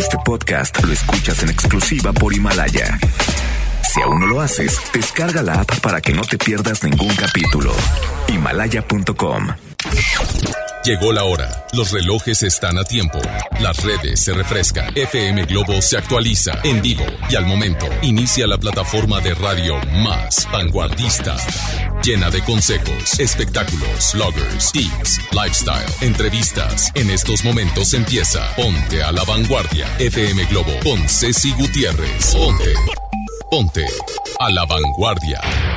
Este podcast lo escuchas en exclusiva por Himalaya. Si aún no lo haces, descarga la app para que no te pierdas ningún capítulo. Himalaya.com. Llegó la hora. Los relojes están a tiempo. Las redes se refrescan. FM Globo se actualiza en vivo y al momento. Inicia la plataforma de radio más vanguardista, llena de consejos, espectáculos, bloggers, tips, lifestyle, entrevistas. En estos momentos empieza Ponte a la Vanguardia. FM Globo con Ceci Gutiérrez. Ponte a la Vanguardia.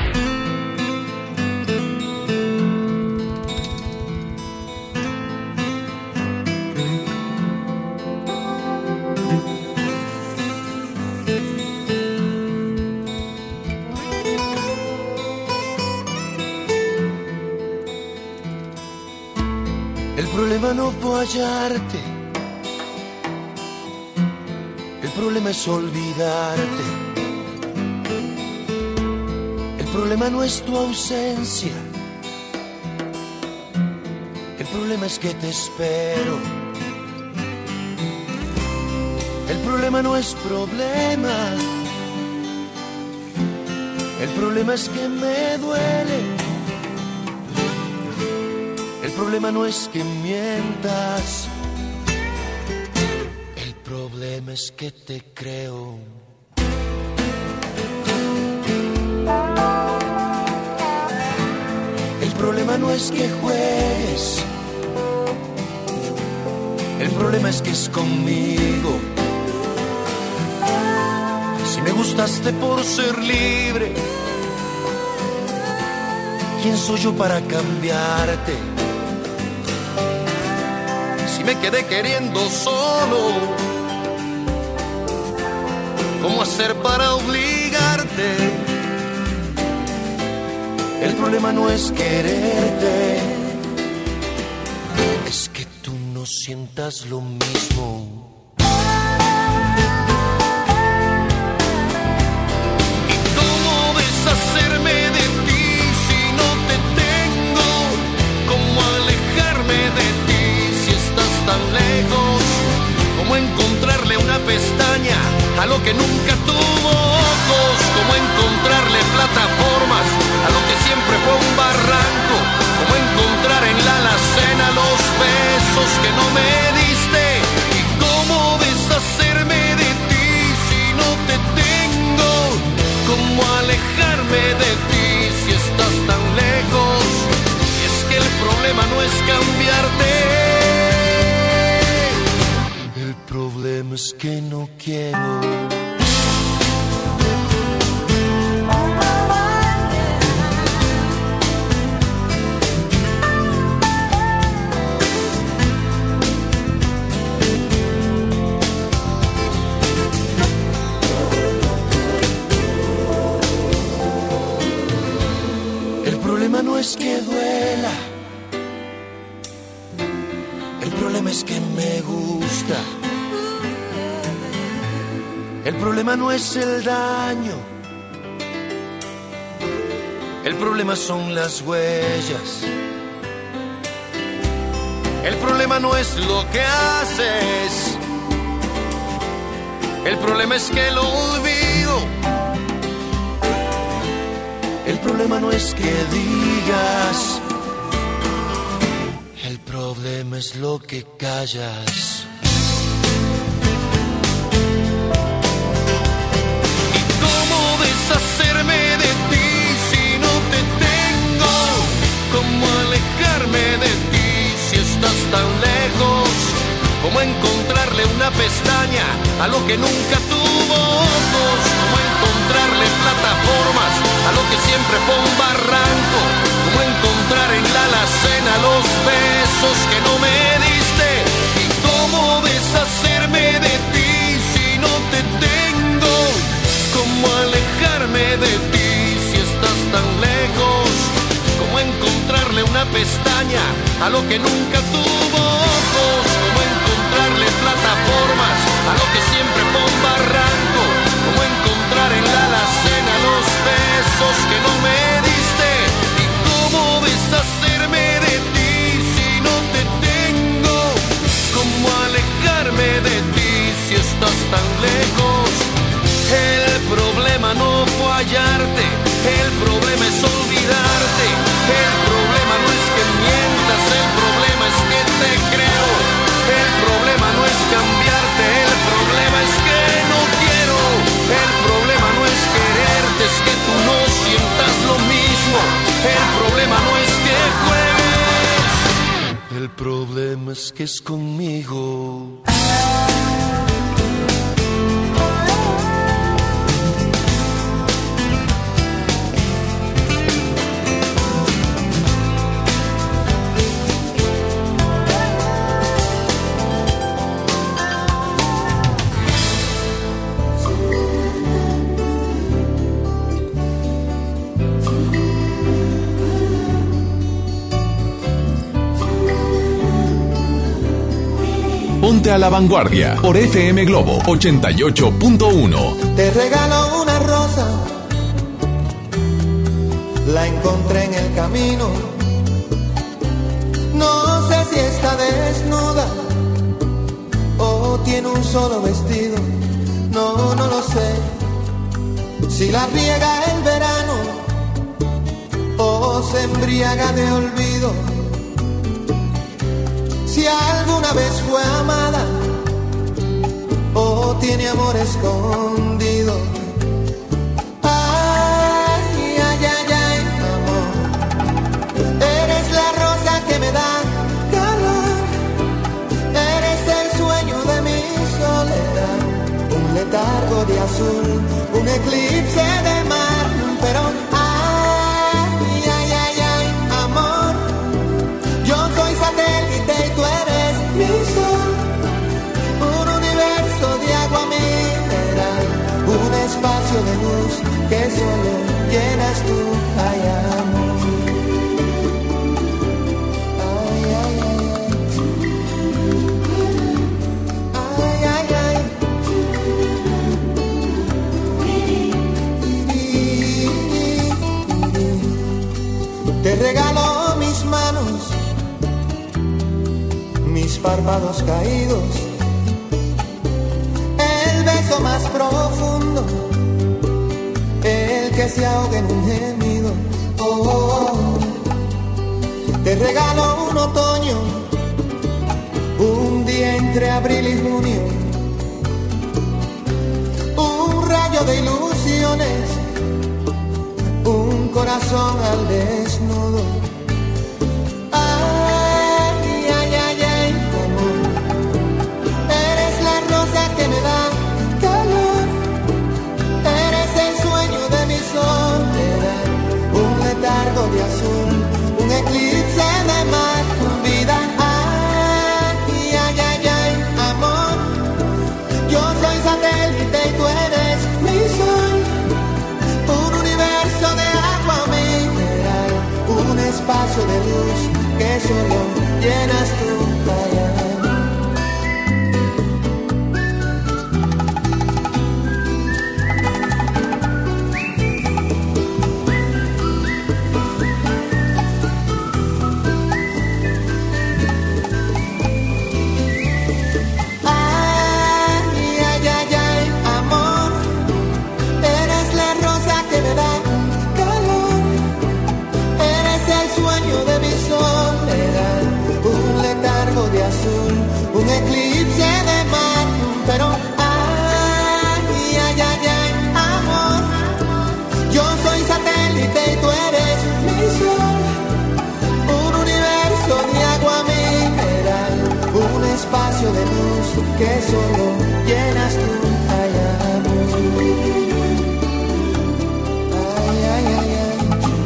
El problema no fue hallarte, el problema es olvidarte. El problema no es tu ausencia, el problema es que te espero. El problema no es problema, el problema es que me duele. El problema no es que mientas, el problema es que te creo. El problema no es que juegues, el problema es que es conmigo. Si me gustaste por ser libre, ¿quién soy yo para cambiarte? Si me quedé queriendo solo, ¿cómo hacer para obligarte? El problema no es quererte, es que tú no sientas lo mismo. ¿Y cómo deshacerme de ti si no te tengo? ¿Cómo alejarme de ti si estás tan lejos? ¿Cómo encontrarle una pestaña a lo que nunca tuvo ojos? ¿Cómo encontrarle plataformas a lo que siempre fue un barranco? ¿Cómo encontrar en la alacena los besos que no me diste? ¿Y cómo deshacerme de ti si no te tengo? ¿Cómo alejarme de ti si estás tan lejos? Y es que el problema no es cambiarte, el problema es que no quiero. El problema no es que duela, el problema es que me gusta. El problema no es el daño, el problema son las huellas. El problema no es lo que haces, el problema es que lo olvido. El problema no es que digas, el problema es lo que callas. ¿Y cómo deshacerme de ti si no te tengo? ¿Cómo alejarme de ti si estás tan lejos? ¿Cómo encontrarle una pestaña a lo que nunca tuvo ojos? ¿Cómo encontrarle plataformas a lo que siempre fue un barranco? ¿Cómo encontrar en la alacena los besos que no me diste? ¿Y cómo deshacerme de ti si no te tengo? ¿Cómo alejarme de ti si estás tan lejos? ¿Cómo encontrarle una pestaña a lo que nunca tuvo ojos? ¿Cómo encontrarle plataformas a lo que siempre fue un barranco? ¿Cómo encontrar en la alacena los besos que no me diste? ¿Y cómo deshacerme de ti si no te tengo? ¿Cómo alejarme de ti si estás tan lejos. El problema no fue hallarte, el problema es olvidarte. El problema no es que mientas, el problema es que te creo. El problema no es cambiarte, el problema es que no quiero. El problema no es quererte, es que tú no sientas lo mismo. El problema no es que juegues, el problema es que es conmigo. Ponte a la vanguardia por FM Globo 88.1. Te regalo una rosa, la encontré en el camino. No sé si está desnuda o tiene un solo vestido. No lo sé. Si la riega el verano o se embriaga de olvido. Si alguna vez fue amada o tiene amor escondido. Ay, ay, ay, ay, amor. Eres la rosa que me da calor. Eres el sueño de mi soledad. Un letargo de azul, un eclipse de mar. Pero ay, ay, ay, ay, amor. Yo soy satélite y tú eres mi sol, un universo de agua mineral, un espacio de luz que solo llenas tú, ay, amor. Ay, ay, ay, ay, ay, ay. Te regalo mis manos, mis párpados caídos, el beso más profundo, el que se ahoga en un gemido. Oh, oh, oh. Te regalo un otoño, un día entre abril y junio, un rayo de ilusiones, un corazón al desnudo. Que me da calor, eres el sueño de mi soledad, un letargo de azul, un eclipse de mar, vida, ay, ay, ay, ay, amor. Yo soy satélite y tú eres mi sol, un universo de agua mineral, un espacio de luz que solo llenas tú, ay, ay. Un eclipse de mar, pero ay, ay, ay, ay, amor. Yo soy satélite y tú eres mi sol, un universo de agua mineral, un espacio de luz que solo llenas tú, ay, amor. Ay, ay, ay, ay.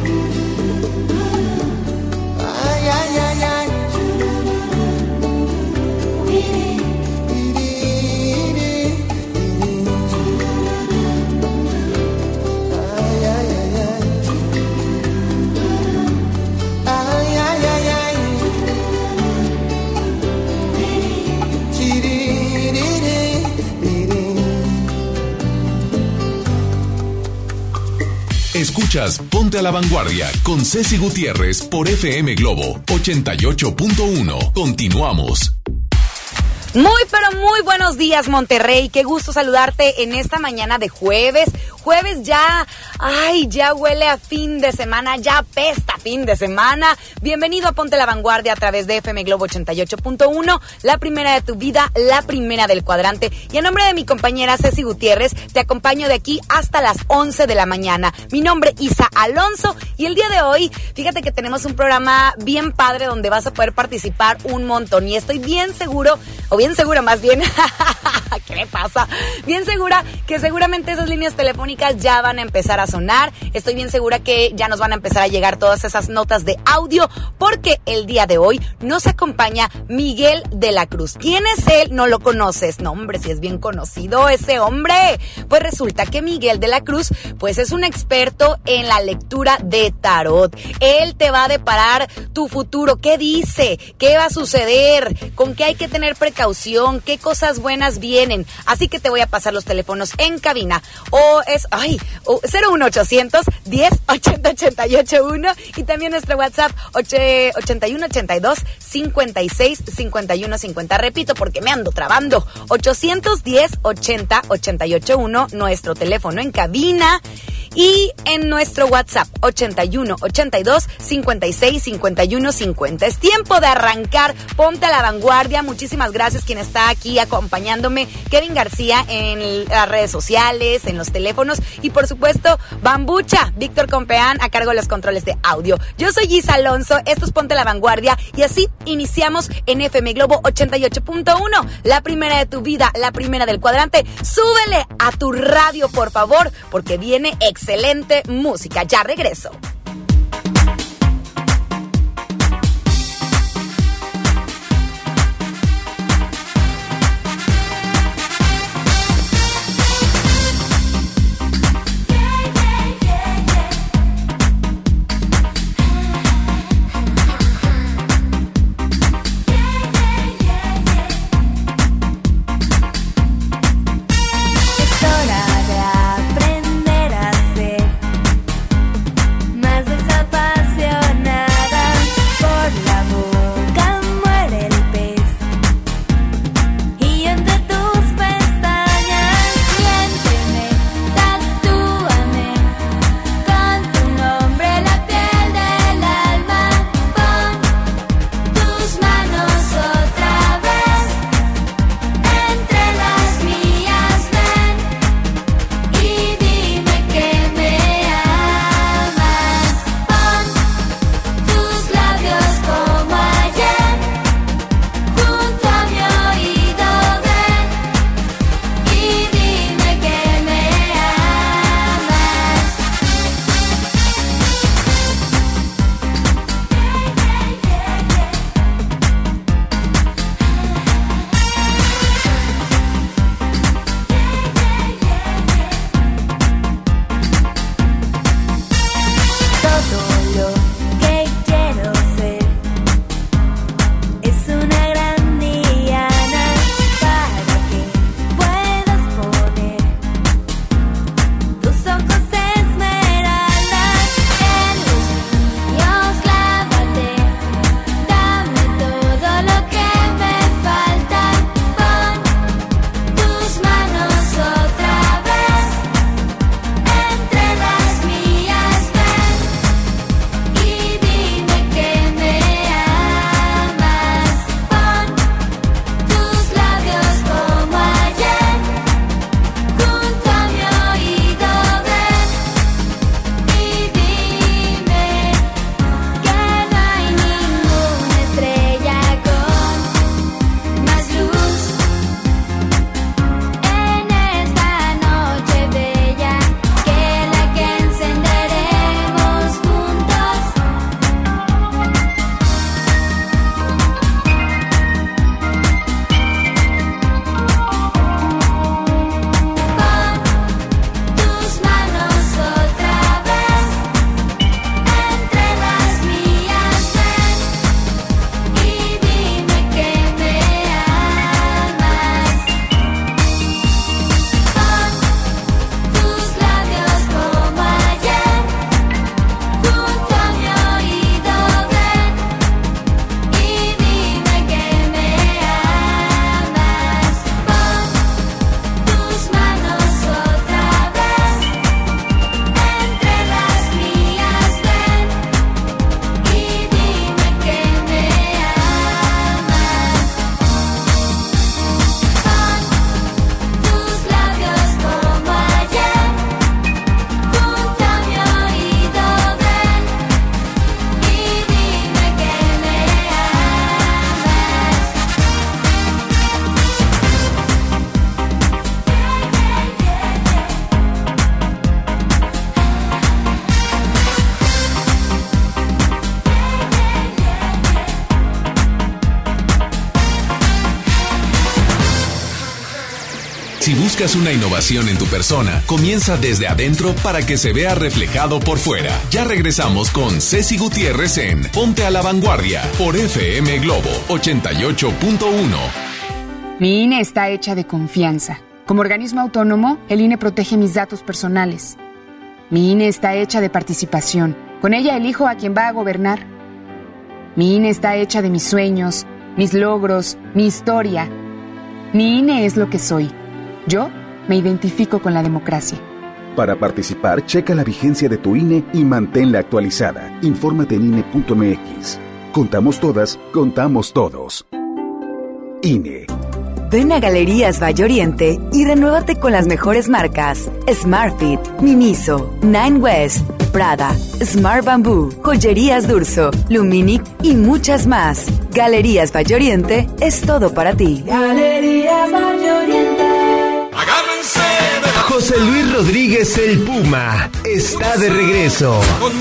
Ay, ay, ay, ay. Escuchas Ponte a la Vanguardia con Ceci Gutiérrez por FM Globo 88.1. Continuamos. Muy, pero muy buenos días, Monterrey. Qué gusto saludarte en esta mañana de jueves. Jueves ya, ya huele a fin de semana, ya apesta fin de semana. Bienvenido a Ponte la Vanguardia a través de FM Globo 88.1, la primera de tu vida, la primera del cuadrante. Y en nombre de mi compañera Ceci Gutiérrez, te acompaño de aquí hasta las 11 de la mañana. Mi nombre es Isa Alonso y el día de hoy, fíjate que tenemos un programa bien padre donde vas a poder participar un montón. Y estoy bien segura más bien, ¿qué le pasa? Bien segura que seguramente esas líneas telefónicas ya van a empezar a sonar. Estoy bien segura que ya nos van a empezar a llegar todas esas notas de audio, porque el día de hoy nos acompaña Miguel de la Cruz. ¿Quién es él? ¿No lo conoces? No, hombre, si es bien conocido ese hombre. Pues resulta que Miguel de la Cruz, pues es un experto en la lectura de tarot. Él te va a deparar tu futuro. ¿Qué dice? ¿Qué va a suceder? ¿Con qué hay que tener precaución? ¿Qué cosas buenas vienen? Así que te voy a pasar los teléfonos en cabina. 01800 10 80 88 1 y también nuestro WhatsApp 81 82 56 51 50. Repito porque me ando trabando. 810 80 88 1, nuestro teléfono en cabina. Y en nuestro WhatsApp 81 82 56 51 50. Es tiempo de arrancar. Ponte a la vanguardia. Muchísimas gracias quien está aquí acompañándome. Kevin García en las redes sociales, en los teléfonos y por supuesto Bambucha, Víctor Compeán a cargo de los controles de audio. Yo soy Gisa Alonso, esto es Ponte a la Vanguardia y así iniciamos en FM Globo 88.1, la primera de tu vida, la primera del cuadrante. Súbele a tu radio por favor porque viene excelente música. Ya regreso. Más Si buscas una innovación en tu persona, comienza desde adentro para que se vea reflejado por fuera. Ya regresamos con Ceci Gutiérrez en Ponte a la Vanguardia por FM Globo 88.1. Mi INE está hecha de confianza. Como organismo autónomo, el INE protege mis datos personales. Mi INE está hecha de participación. Con ella elijo a quien va a gobernar. Mi INE está hecha de mis sueños, mis logros, mi historia. Mi INE es lo que soy. Yo me identifico con la democracia. Para participar, checa la vigencia de tu INE y manténla actualizada. Infórmate en INE.mx. Contamos todas, contamos todos. INE. Ven a Galerías Valle Oriente y renuévate con las mejores marcas: Smartfit, Miniso, Nine West, Prada, Smart Bamboo, Joyerías Durso, Luminic y muchas más. Galerías Valle Oriente es todo para ti. Galerías Valle Oriente. José Luis Rodríguez el Puma está de regreso.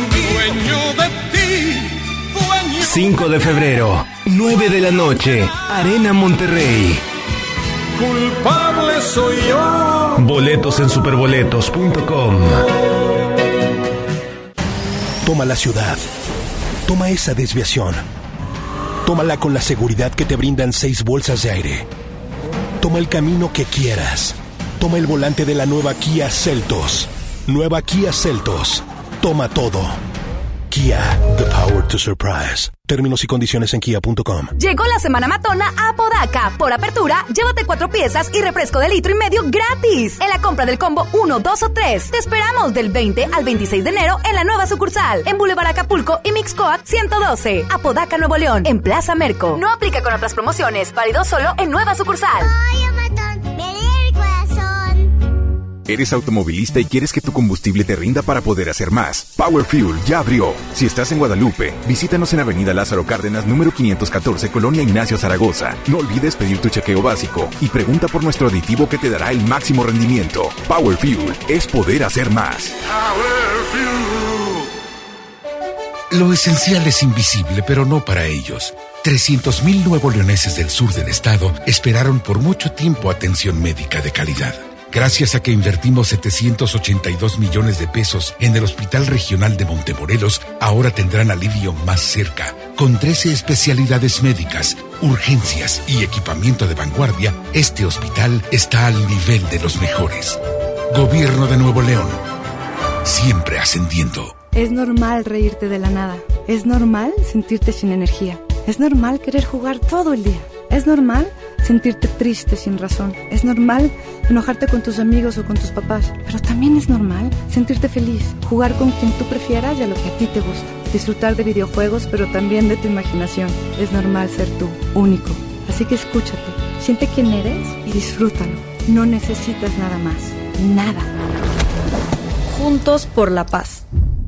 5 de febrero, 9 de la noche, Arena Monterrey. Culpable soy yo. Boletos en superboletos.com. Toma la ciudad. Toma esa desviación. Tómala con la seguridad que te brindan 6 bolsas de aire. Toma el camino que quieras. Toma el volante de la nueva Kia Seltos. Nueva Kia Seltos. Toma todo. Kia, the power to surprise. Términos y condiciones en kia.com. Llegó la semana matona a Apodaca. Por apertura, llévate 4 piezas y refresco de 1,5 litros gratis en la compra del combo 1, 2 o 3. Te esperamos del 20 al 26 de enero en la nueva sucursal, en Boulevard Acapulco y Mixcoac 112, Apodaca, Nuevo León, en Plaza Merco. No aplica con otras promociones, válido solo en nueva sucursal. ¿Eres automovilista y quieres que tu combustible te rinda para poder hacer más? Power Fuel ya abrió. Si estás en Guadalupe, visítanos en Avenida Lázaro Cárdenas, número 514, Colonia Ignacio Zaragoza. No olvides pedir tu chequeo básico y pregunta por nuestro aditivo que te dará el máximo rendimiento. Power Fuel es poder hacer más. Power Fuel. Lo esencial es invisible, pero no para ellos. 300,000 nuevoleoneses del sur del estado esperaron por mucho tiempo atención médica de calidad. Gracias a que invertimos 782 millones de pesos en el Hospital Regional de Montemorelos, ahora tendrán alivio más cerca. Con 13 especialidades médicas, urgencias y equipamiento de vanguardia, este hospital está al nivel de los mejores. Gobierno de Nuevo León, siempre ascendiendo. Es normal reírte de la nada. Es normal sentirte sin energía. Es normal querer jugar todo el día. Es normal sentirte triste sin razón. Es normal enojarte con tus amigos o con tus papás. Pero también es normal sentirte feliz, jugar con quien tú prefieras y a lo que a ti te gusta. Disfrutar de videojuegos, pero también de tu imaginación. Es normal ser tú, único. Así que escúchate, siente quién eres y disfrútalo. No necesitas nada más. Nada. Juntos por la paz.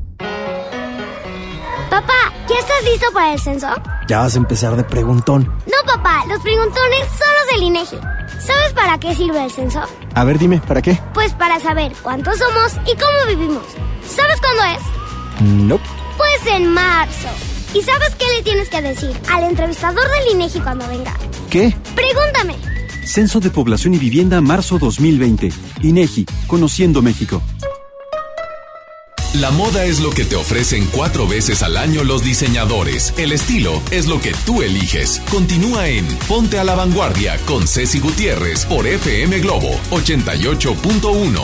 Papá, ¿ya estás listo para el censo? Ya vas a empezar de preguntón. No, papá, los preguntones son los del INEGI. ¿Sabes para qué sirve el censo? A ver, dime, ¿para qué? Pues para saber cuántos somos y cómo vivimos. ¿Sabes cuándo es? Nope. Pues en marzo. ¿Y sabes qué le tienes que decir al entrevistador del INEGI cuando venga? ¿Qué? Pregúntame. Censo de Población y Vivienda, marzo 2020. INEGI, Conociendo México. La moda es lo que te ofrecen 4 veces al año los diseñadores. El estilo es lo que tú eliges. Continúa en Ponte a la Vanguardia con Ceci Gutiérrez por FM Globo 88.1.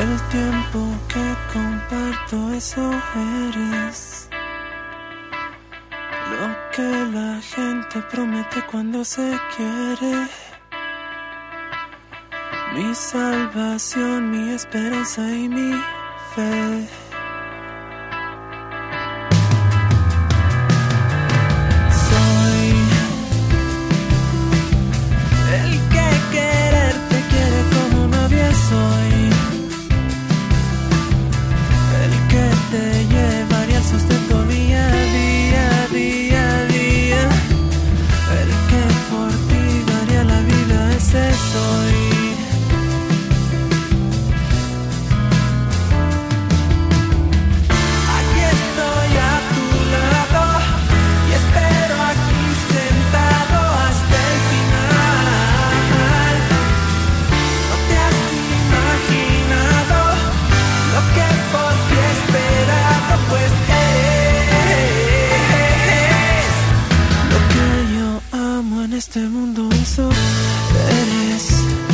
El tiempo que comparto, eso eres. Lo que la gente promete cuando se quiere. Mi salvación, mi esperanza y mi fe. Soy el que quererte quiere como nadie soy. El que te llevaría el sustento día a día, día a día. El que por ti daría la vida, ese soy. Este mundo, eso eres.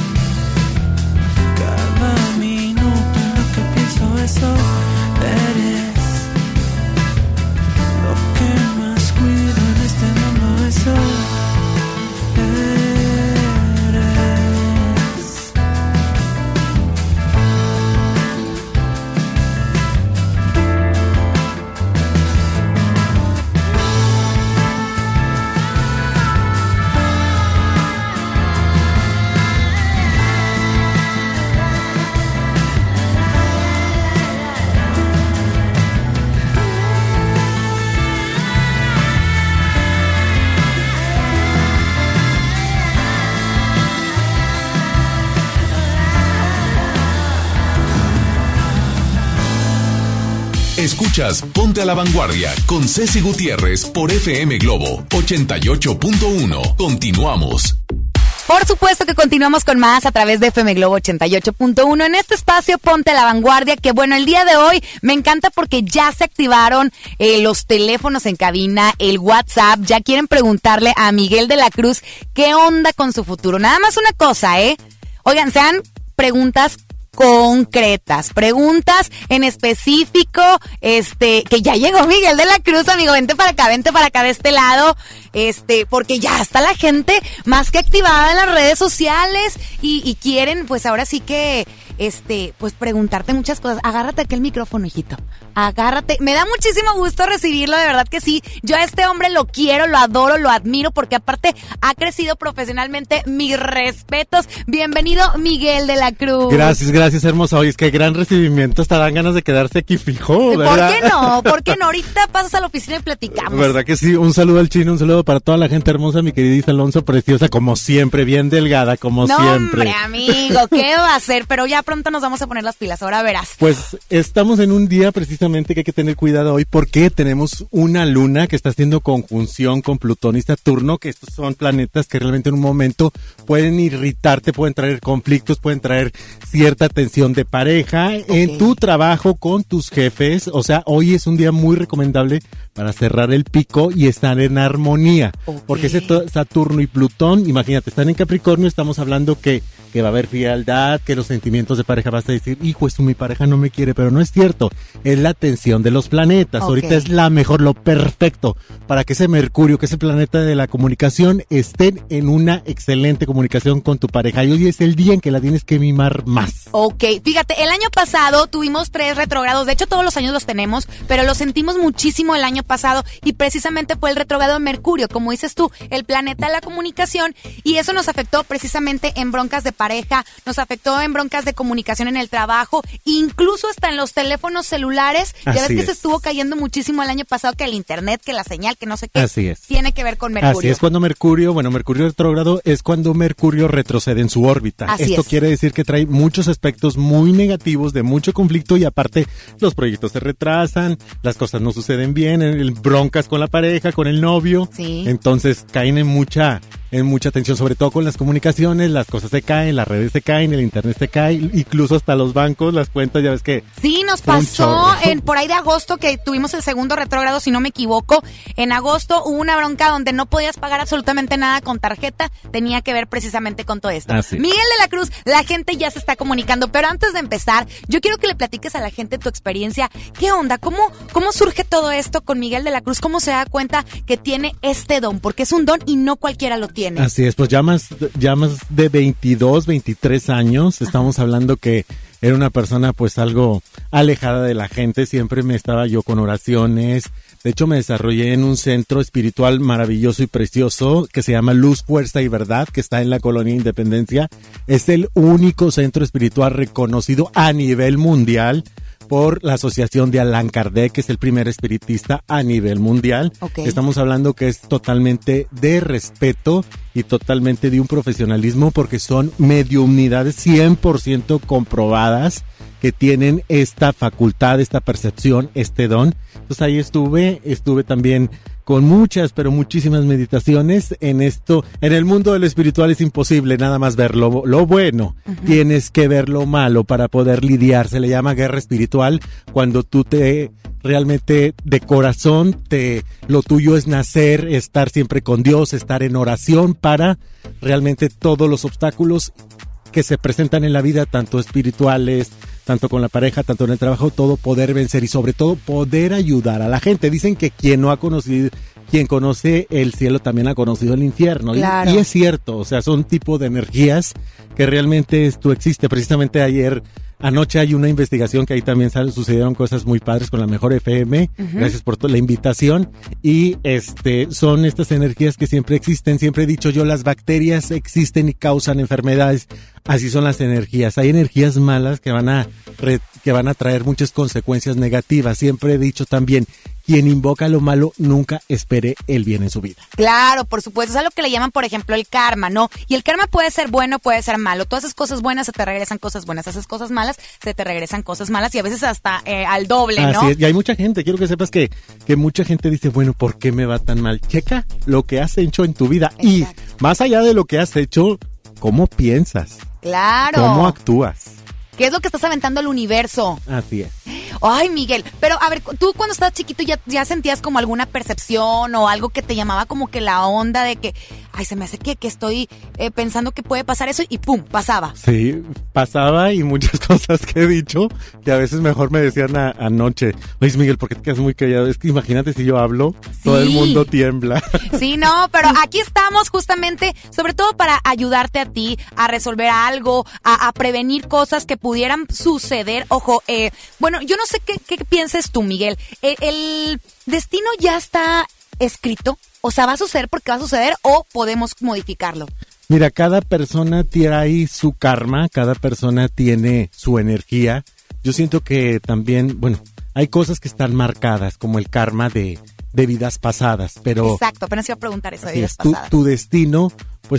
Cada minuto en lo que pienso, eso eres. Lo que más cuido en este mundo, eso Escuchas Ponte a la Vanguardia con Ceci Gutiérrez por FM Globo 88.1. Continuamos. Por supuesto que continuamos con más a través de FM Globo 88.1 en este espacio Ponte a la Vanguardia, que bueno, el día de hoy me encanta porque ya se activaron los teléfonos en cabina, el WhatsApp, ya quieren preguntarle a Miguel de la Cruz qué onda con su futuro. Nada más una cosa, oigan, sean preguntas concretas, preguntas en específico, que ya llegó Miguel de la Cruz, amigo, vente para acá de este lado, porque ya está la gente más que activada en las redes sociales y quieren, pues ahora sí que, pues preguntarte muchas cosas. Agárrate aquí el micrófono, hijito, agárrate, me da muchísimo gusto recibirlo, de verdad que sí, yo a este hombre lo quiero, lo adoro, lo admiro, porque aparte ha crecido profesionalmente, mis respetos. Bienvenido, Miguel de la Cruz. Gracias, hermosa. Oye, es que gran recibimiento, hasta dan ganas de quedarse aquí fijo, ¿verdad? ¿Por qué no? Ahorita pasas a la oficina y platicamos. ¿Verdad que sí? Un saludo al Chino, un saludo para toda la gente hermosa, mi querida Isa Alonso, preciosa, como siempre, bien delgada, como siempre. Hombre, amigo, ¿qué va a hacer? Pero ya pronto nos vamos a poner las pilas, ahora verás. Pues estamos en un día precisamente que hay que tener cuidado hoy porque tenemos una luna que está haciendo conjunción con Plutón y Saturno, que estos son planetas que realmente en un momento pueden irritarte, pueden traer conflictos, pueden traer cierta tensión de pareja, en tu trabajo con tus jefes. O sea, hoy es un día muy recomendable para cerrar el pico y estar en armonía, porque ese Saturno y Plutón, imagínate, están en Capricornio, estamos hablando que va a haber frialdad, que los sentimientos de pareja vas a decir, hijo, mi pareja no me quiere, pero no es cierto, es la tensión de los planetas. Ahorita es la mejor, lo perfecto para que ese Mercurio, que es el planeta de la comunicación, estén en una excelente comunicación con tu pareja, y hoy es el día en que la tienes que mimar más. Ok, fíjate, el año pasado tuvimos 3 retrógrados, de hecho todos los años los tenemos, pero lo sentimos muchísimo el año pasado, y precisamente fue el retrógrado de Mercurio, como dices tú, el planeta de la comunicación, y eso nos afectó precisamente en broncas de pareja, nos afectó en broncas de comunicación en el trabajo, incluso hasta en los teléfonos celulares. Ya ves que se estuvo cayendo muchísimo el año pasado, que el internet, que la señal, que no sé qué. Así es. Tiene que ver con Mercurio. Así es, cuando Mercurio retrógrado es cuando Mercurio retrocede en su órbita. Esto quiere decir que trae muchos aspectos muy negativos, de mucho conflicto, y aparte los proyectos se retrasan, las cosas no suceden bien, broncas con la pareja, con el novio. Sí. Entonces caen en mucha en mucha tensión, sobre todo con las comunicaciones, las cosas se caen, las redes se caen, el internet se cae, incluso hasta los bancos, las cuentas, ya ves que... Sí, nos pasó por ahí de agosto que tuvimos el segundo retrógrado, si no me equivoco. En agosto hubo una bronca donde no podías pagar absolutamente nada con tarjeta, tenía que ver precisamente con todo esto. Así. Miguel de la Cruz, la gente ya se está comunicando, pero antes de empezar, yo quiero que le platiques a la gente tu experiencia. ¿Qué onda? ¿Cómo surge todo esto con Miguel de la Cruz? ¿Cómo se da cuenta que tiene este don? Porque es un don y no cualquiera lo tiene. Así es, pues ya más de 22, 23 años, estamos hablando que era una persona pues algo alejada de la gente, siempre me estaba yo con oraciones. De hecho, me desarrollé en un centro espiritual maravilloso y precioso que se llama Luz, Fuerza y Verdad, que está en la Colonia Independencia. Es el único centro espiritual reconocido a nivel mundial por la Asociación de Allan Kardec, que es el primer espiritista a nivel mundial. Okay. Estamos hablando que es totalmente de respeto y totalmente de un profesionalismo, porque son mediumnidades 100% comprobadas que tienen esta facultad, esta percepción, este don. Entonces ahí estuve también con muchas, pero muchísimas meditaciones en esto. En el mundo de lo espiritual es imposible nada más ver lo bueno. Uh-huh. Tienes que ver lo malo para poder lidiar. Se le llama guerra espiritual cuando tú te realmente de corazón, lo tuyo es nacer, estar siempre con Dios, estar en oración para realmente todos los obstáculos que se presentan en la vida, tanto espirituales, tanto con la pareja, tanto en el trabajo, todo poder vencer y sobre todo poder ayudar a la gente. Dicen que quien conoce el cielo también ha conocido el infierno. Claro. Y es cierto, o sea, son tipo de energías que realmente esto existe. Precisamente anoche hay una investigación que ahí también sucedieron cosas muy padres con la Mejor FM. Uh-huh. Gracias por la invitación. Y son estas energías que siempre existen. Siempre he dicho yo, las bacterias existen y causan enfermedades. Así son las energías. Hay energías malas que van a traer muchas consecuencias negativas. Siempre he dicho también, quien invoca lo malo nunca espere el bien en su vida. Claro, por supuesto. Es algo que le llaman, por ejemplo, el karma, ¿no? Y el karma puede ser bueno, puede ser malo. Tú haces cosas buenas, se te regresan cosas buenas. Haces cosas malas, se te regresan cosas malas y a veces hasta al doble, ¿no? Así es. Y hay mucha gente, quiero que sepas que mucha gente dice, bueno, ¿por qué me va tan mal? Checa lo que has hecho en tu vida. Exacto. Y más allá de lo que has hecho, ¿cómo piensas? Claro. ¿Cómo actúas? ¿Qué es lo que estás aventando al universo? Así es. Ay, Miguel, pero a ver, tú cuando estabas chiquito ya sentías como alguna percepción o algo que te llamaba como que la onda de que, ay, se me hace que estoy pensando que puede pasar eso y pum, pasaba. Sí, pasaba y muchas cosas que he dicho que a veces mejor me decían anoche, oye, Miguel, ¿por qué te quedas muy callado? Es que imagínate si yo hablo, sí. Todo el mundo tiembla. Sí, no, pero aquí estamos justamente, sobre todo para ayudarte a ti a resolver algo, a prevenir cosas que pudieran suceder. Ojo, bueno, yo no sé qué pienses tú, Miguel. ¿El destino ya está escrito? O sea, ¿va a suceder porque va a suceder o podemos modificarlo? Mira, cada persona trae su karma, cada persona tiene su energía. Yo siento que también, bueno, hay cosas que están marcadas, como el karma de vidas pasadas, pero... Exacto, apenas iba a preguntar eso de vidas pasadas. Tu destino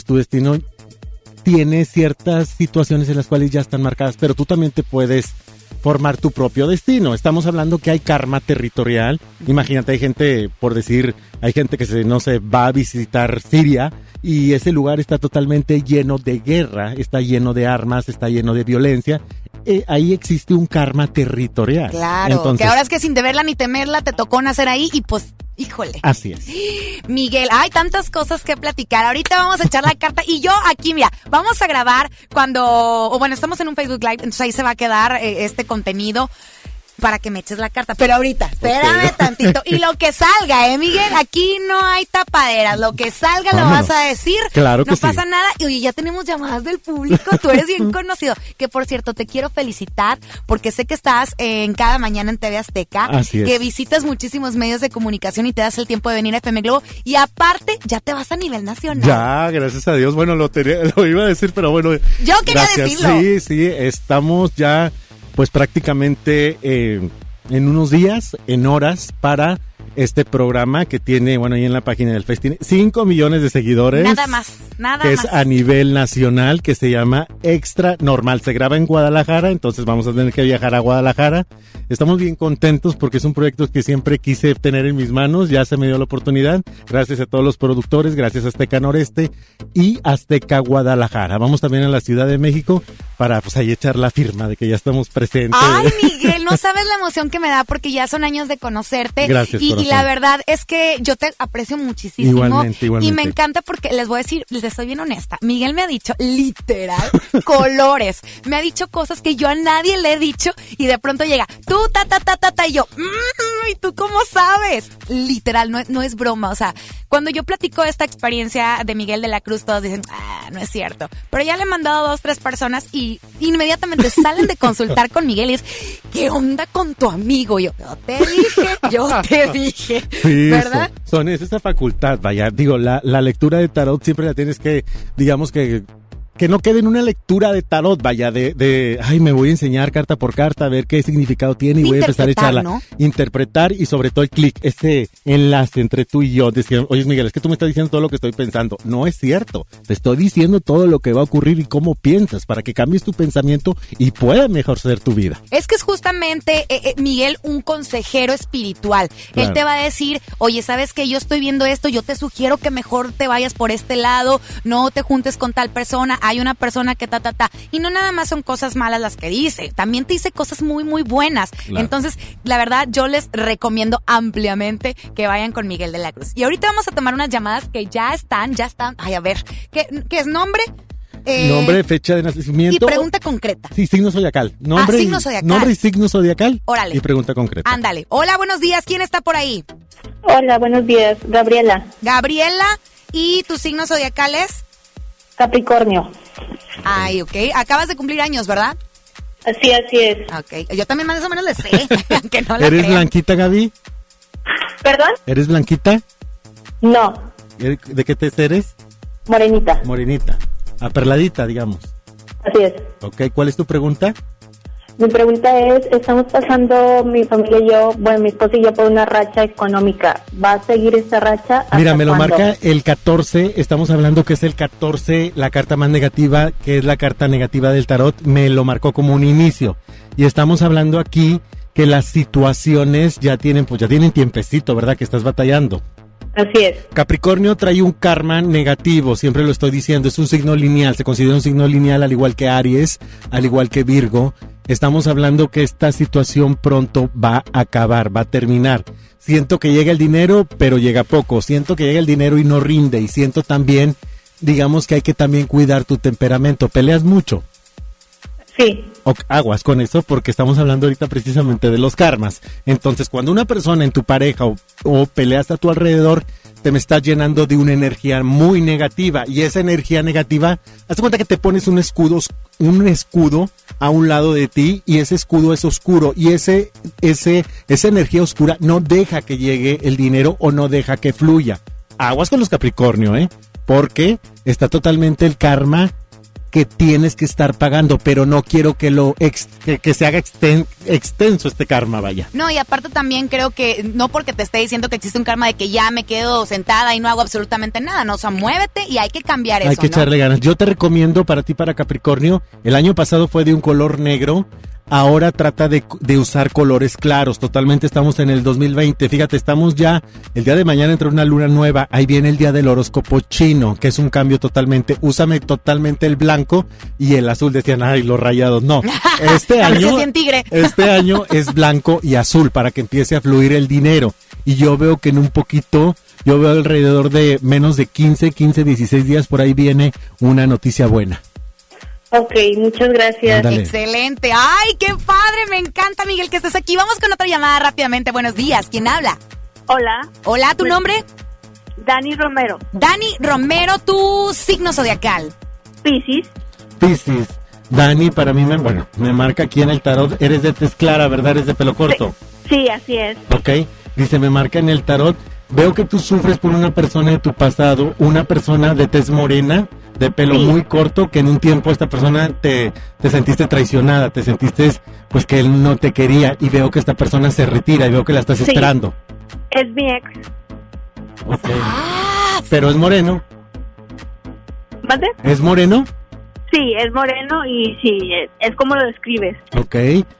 tiene ciertas situaciones en las cuales ya están marcadas, pero tú también te puedes formar tu propio destino. Estamos hablando que hay karma territorial. Imagínate, hay gente que se va a visitar Siria y ese lugar está totalmente lleno de guerra, está lleno de armas, está lleno de violencia. Ahí existe un karma territorial. Claro, entonces, que ahora es que sin deberla ni temerla te tocó nacer ahí y pues, híjole. Así es. Miguel, hay tantas cosas que platicar. Ahorita vamos a echar la carta y yo aquí, mira, vamos a grabar estamos en un Facebook Live, entonces ahí se va a quedar este contenido para que me eches la carta. Pero ahorita, espérame tantito. Y lo que salga, Miguel, aquí no hay tapaderas. Lo que salga lo vas a decir. Claro que no pasa nada. Y oye, ya tenemos llamadas del público. Tú eres bien conocido. Que por cierto, te quiero felicitar porque sé que estás en Cada Mañana en TV Azteca. Así es. Que visitas muchísimos medios de comunicación y te das el tiempo de venir a FM Globo. Y aparte, ya te vas a nivel nacional. Ya, gracias a Dios. Bueno, lo iba a decir, pero bueno. Yo quería decirlo. Sí, estamos ya... pues prácticamente en unos días, en horas, para este programa que tiene, bueno, ahí en la página del Face, tiene 5 millones de seguidores. Nada más. Que es a nivel nacional, que se llama Extra Normal. Se graba en Guadalajara, entonces vamos a tener que viajar a Guadalajara. Estamos bien contentos porque es un proyecto que siempre quise tener en mis manos, ya se me dio la oportunidad, gracias a todos los productores, gracias a Azteca Noreste y Azteca Guadalajara. Vamos también a la Ciudad de México para pues ahí echar la firma de que ya estamos presentes. Ay, Miguel, no sabes la emoción que me da porque ya son años de conocerte. Gracias, y la verdad es que yo te aprecio muchísimo. Igualmente. Y me encanta porque les voy a decir, les soy bien honesta, Miguel me ha dicho literal colores, me ha dicho cosas que yo a nadie le he dicho y de pronto llega, tú, y yo, ¿y tú cómo sabes? Literal, no es broma, o sea, cuando yo platico esta experiencia de Miguel de la Cruz, todos dicen, no es cierto, pero ya le he mandado 2, 3 personas y inmediatamente salen de consultar con Miguel y es, ¿qué onda con tu amigo? Yo te dije, sí, ¿verdad? Es esa facultad, vaya, digo, la lectura de tarot siempre la tienes que, digamos que no quede en una lectura de tarot, vaya, ay, me voy a enseñar carta por carta a ver qué significado tiene y voy a empezar a echarla. ¿No? Interpretar y sobre todo el clic, ese enlace entre tú y yo. Decir, oye, Miguel, es que tú me estás diciendo todo lo que estoy pensando. No es cierto. Te estoy diciendo todo lo que va a ocurrir y cómo piensas para que cambies tu pensamiento y pueda mejor ser tu vida. Es que es justamente, Miguel, un consejero espiritual. Claro. Él te va a decir, oye, ¿sabes qué? Yo estoy viendo esto, yo te sugiero que mejor te vayas por este lado, no te juntes con tal persona, hay una persona que y no nada más son cosas malas las que dice, también te dice cosas muy, muy buenas. Claro. Entonces, la verdad, yo les recomiendo ampliamente que vayan con Miguel de la Cruz. Y ahorita vamos a tomar unas llamadas que ya están, ay, a ver, ¿qué es nombre? Nombre, fecha de nacimiento. Y pregunta concreta. Sí, signo zodiacal. Signo zodiacal. Nombre y signo zodiacal. Órale. Y pregunta concreta. Ándale. Hola, buenos días. ¿Quién está por ahí? Hola, buenos días. Gabriela. Gabriela. ¿Y tu signo zodiacal es? Capricornio. Ay, ok. Acabas de cumplir años, ¿verdad? Así es. Ok. Yo también más o menos le sé. Aunque no la ¿Eres crean. blanquita, Gaby? ¿Perdón? ¿Eres blanquita? No. ¿De qué tez eres? Morenita. Morenita. Aperladita, digamos. Así es. Ok, ¿cuál es tu pregunta? Mi pregunta es, estamos pasando, mi familia y yo, mi esposo y yo, por una racha económica. ¿Va a seguir esta racha? Mira, me lo marca el 14, estamos hablando que es el 14, la carta más negativa, que es la carta negativa del tarot, me lo marcó como un inicio. Y estamos hablando aquí que las situaciones ya tienen tiempecito, ¿verdad? Que estás batallando. Así es. Capricornio trae un karma negativo, siempre lo estoy diciendo, es un signo lineal, se considera un signo lineal al igual que Aries, al igual que Virgo. Estamos hablando que esta situación pronto va a acabar, va a terminar. Siento que llega el dinero, pero llega poco. Siento que llega el dinero y no rinde. Y siento también, digamos que hay que también cuidar tu temperamento. ¿Peleas mucho? Sí. Aguas con eso porque estamos hablando ahorita precisamente de los karmas. Entonces, cuando una persona en tu pareja o peleas a tu alrededor, te me estás llenando de una energía muy negativa. Y esa energía negativa, haz cuenta que te pones un escudo a un lado de ti y ese escudo es oscuro. Y esa energía oscura no deja que llegue el dinero o no deja que fluya. Aguas con los Capricornio, porque está totalmente el karma que tienes que estar pagando, pero no quiero que que se haga extenso este karma, vaya. No, y aparte también creo que no porque te esté diciendo que existe un karma de que ya me quedo sentada y no hago absolutamente nada, no, o sea, muévete y hay que cambiar eso, hay que echarle ganas. Yo te recomiendo para ti, para Capricornio, el año pasado fue de un color negro, ahora trata de usar colores claros, totalmente estamos en el 2020, fíjate, estamos ya, el día de mañana entra una luna nueva, ahí viene el día del horóscopo chino, que es un cambio totalmente, úsame totalmente el blanco y el azul, decían, ay, los rayados, no, este año es blanco y azul para que empiece a fluir el dinero, y yo veo que yo veo alrededor de menos de 15, 16 días, por ahí viene una noticia buena. Ok, muchas gracias. Ándale. Excelente. Ay, qué padre, me encanta, Miguel, que estés aquí. Vamos con otra llamada rápidamente. Buenos días, ¿quién habla? Hola. Hola, ¿tu nombre? Dani Romero. Dani Romero, tu signo zodiacal. Piscis. Dani, para mí, me marca aquí en el tarot, eres de tez clara, ¿verdad? Eres de pelo corto. Sí, así es. Ok, dice, me marca en el tarot, veo que tú sufres por una persona de tu pasado, una persona de tez morena, de pelo muy corto, que en un tiempo esta persona te sentiste traicionada, te sentiste pues que él no te quería y veo que esta persona se retira y veo que la estás esperando. Es mi ex. Ok. Pero es moreno. ¿Mande? ¿Es moreno? Sí, es moreno y sí, es como lo describes. Ok.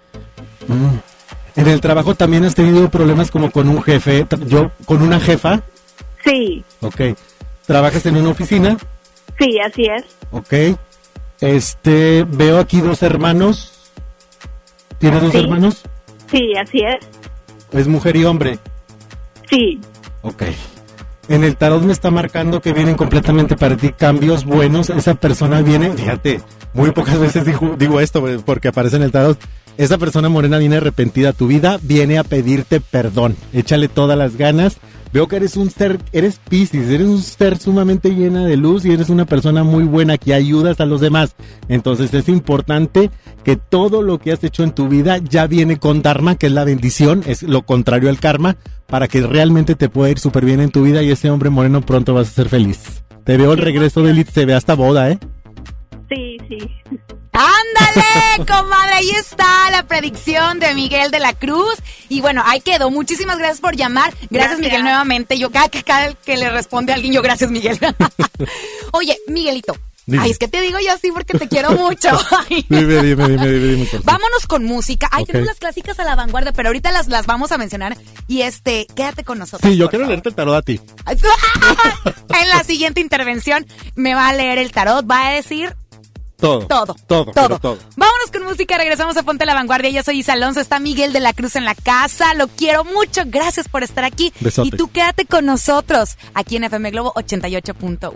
¿En el trabajo también has tenido problemas como con un jefe, con una jefa? Sí. Ok. ¿Trabajas en una oficina? Sí, así es. Ok. Veo aquí 2 hermanos. ¿Tienes 2 hermanos? Sí, así es. ¿Es mujer y hombre? Sí. Ok. En el tarot me está marcando que vienen completamente para ti cambios buenos. Esa persona viene, fíjate, muy pocas veces digo esto porque aparece en el tarot. Esa persona morena viene arrepentida a tu vida, viene a pedirte perdón. Échale todas las ganas. Veo que eres Piscis, eres un ser sumamente llena de luz y eres una persona muy buena que ayudas a los demás. Entonces es importante que todo lo que has hecho en tu vida ya viene con Dharma, que es la bendición, es lo contrario al karma, para que realmente te pueda ir súper bien en tu vida y ese hombre moreno pronto vas a ser feliz. Te veo el regreso de Elite, se ve hasta boda, ¿eh? Sí, sí. ¡Ándale, comadre! Ahí está la predicción de Miguel de la Cruz. Y bueno, ahí quedó. Muchísimas gracias por llamar. Gracias. Miguel, nuevamente. Yo cada que le responde a alguien, yo gracias, Miguel. Oye, Miguelito. Dime. Ay, es que te digo yo así porque te quiero mucho. Dime. Vámonos con música. Ay, tenemos las clásicas a la vanguardia, pero ahorita las vamos a mencionar. Y quédate con nosotros. Sí, yo quiero leerte el tarot a ti. En la siguiente intervención me va a leer el tarot, va a decir... Todo. Vámonos con música, regresamos a Ponte la Vanguardia. Yo soy Isa Alonso, está Miguel de la Cruz en la casa. Lo quiero mucho, gracias por estar aquí. Besote. Y tú quédate con nosotros aquí en FM Globo 88.1.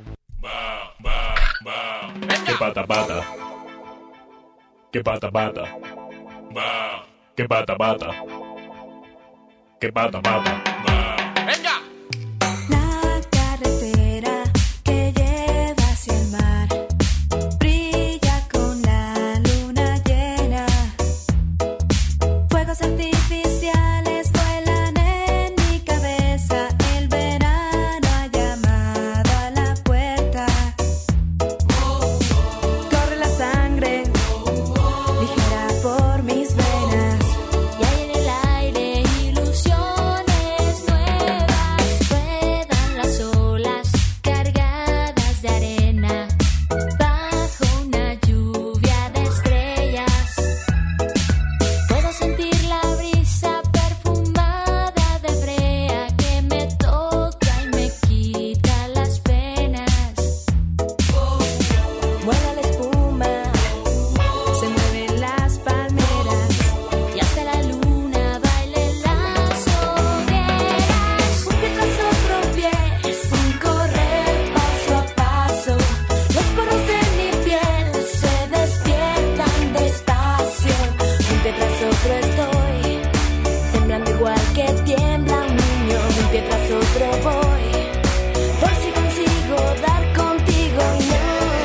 Que pata pata. Que pata pata. Que pata pata. Que pata pata. Venga. La carretera que lleva hacia el mar brilla con la luna llena. Fuegos artificiales vuelan en mi cabeza. El verano ha llamado a la puerta. Corre la sangre ligera por mis venas. Y hay en el aire ilusiones nuevas. Ruedan las olas cargadas de arena bajo una lluvia de estrellas. Puedo sentir la brisa perfumada de brea que me toca y me quita las penas. Vuela la espuma, se mueven las palmeras y hasta la luna baila en las hogueras. Un pie tras otro pie, sin correr paso a paso. Los poros de mi piel se despiertan despacio. Un pie tras otro estoy, temblando igual que tiembla un niño. Un pie tras otro voy, por si consigo dar contigo y no.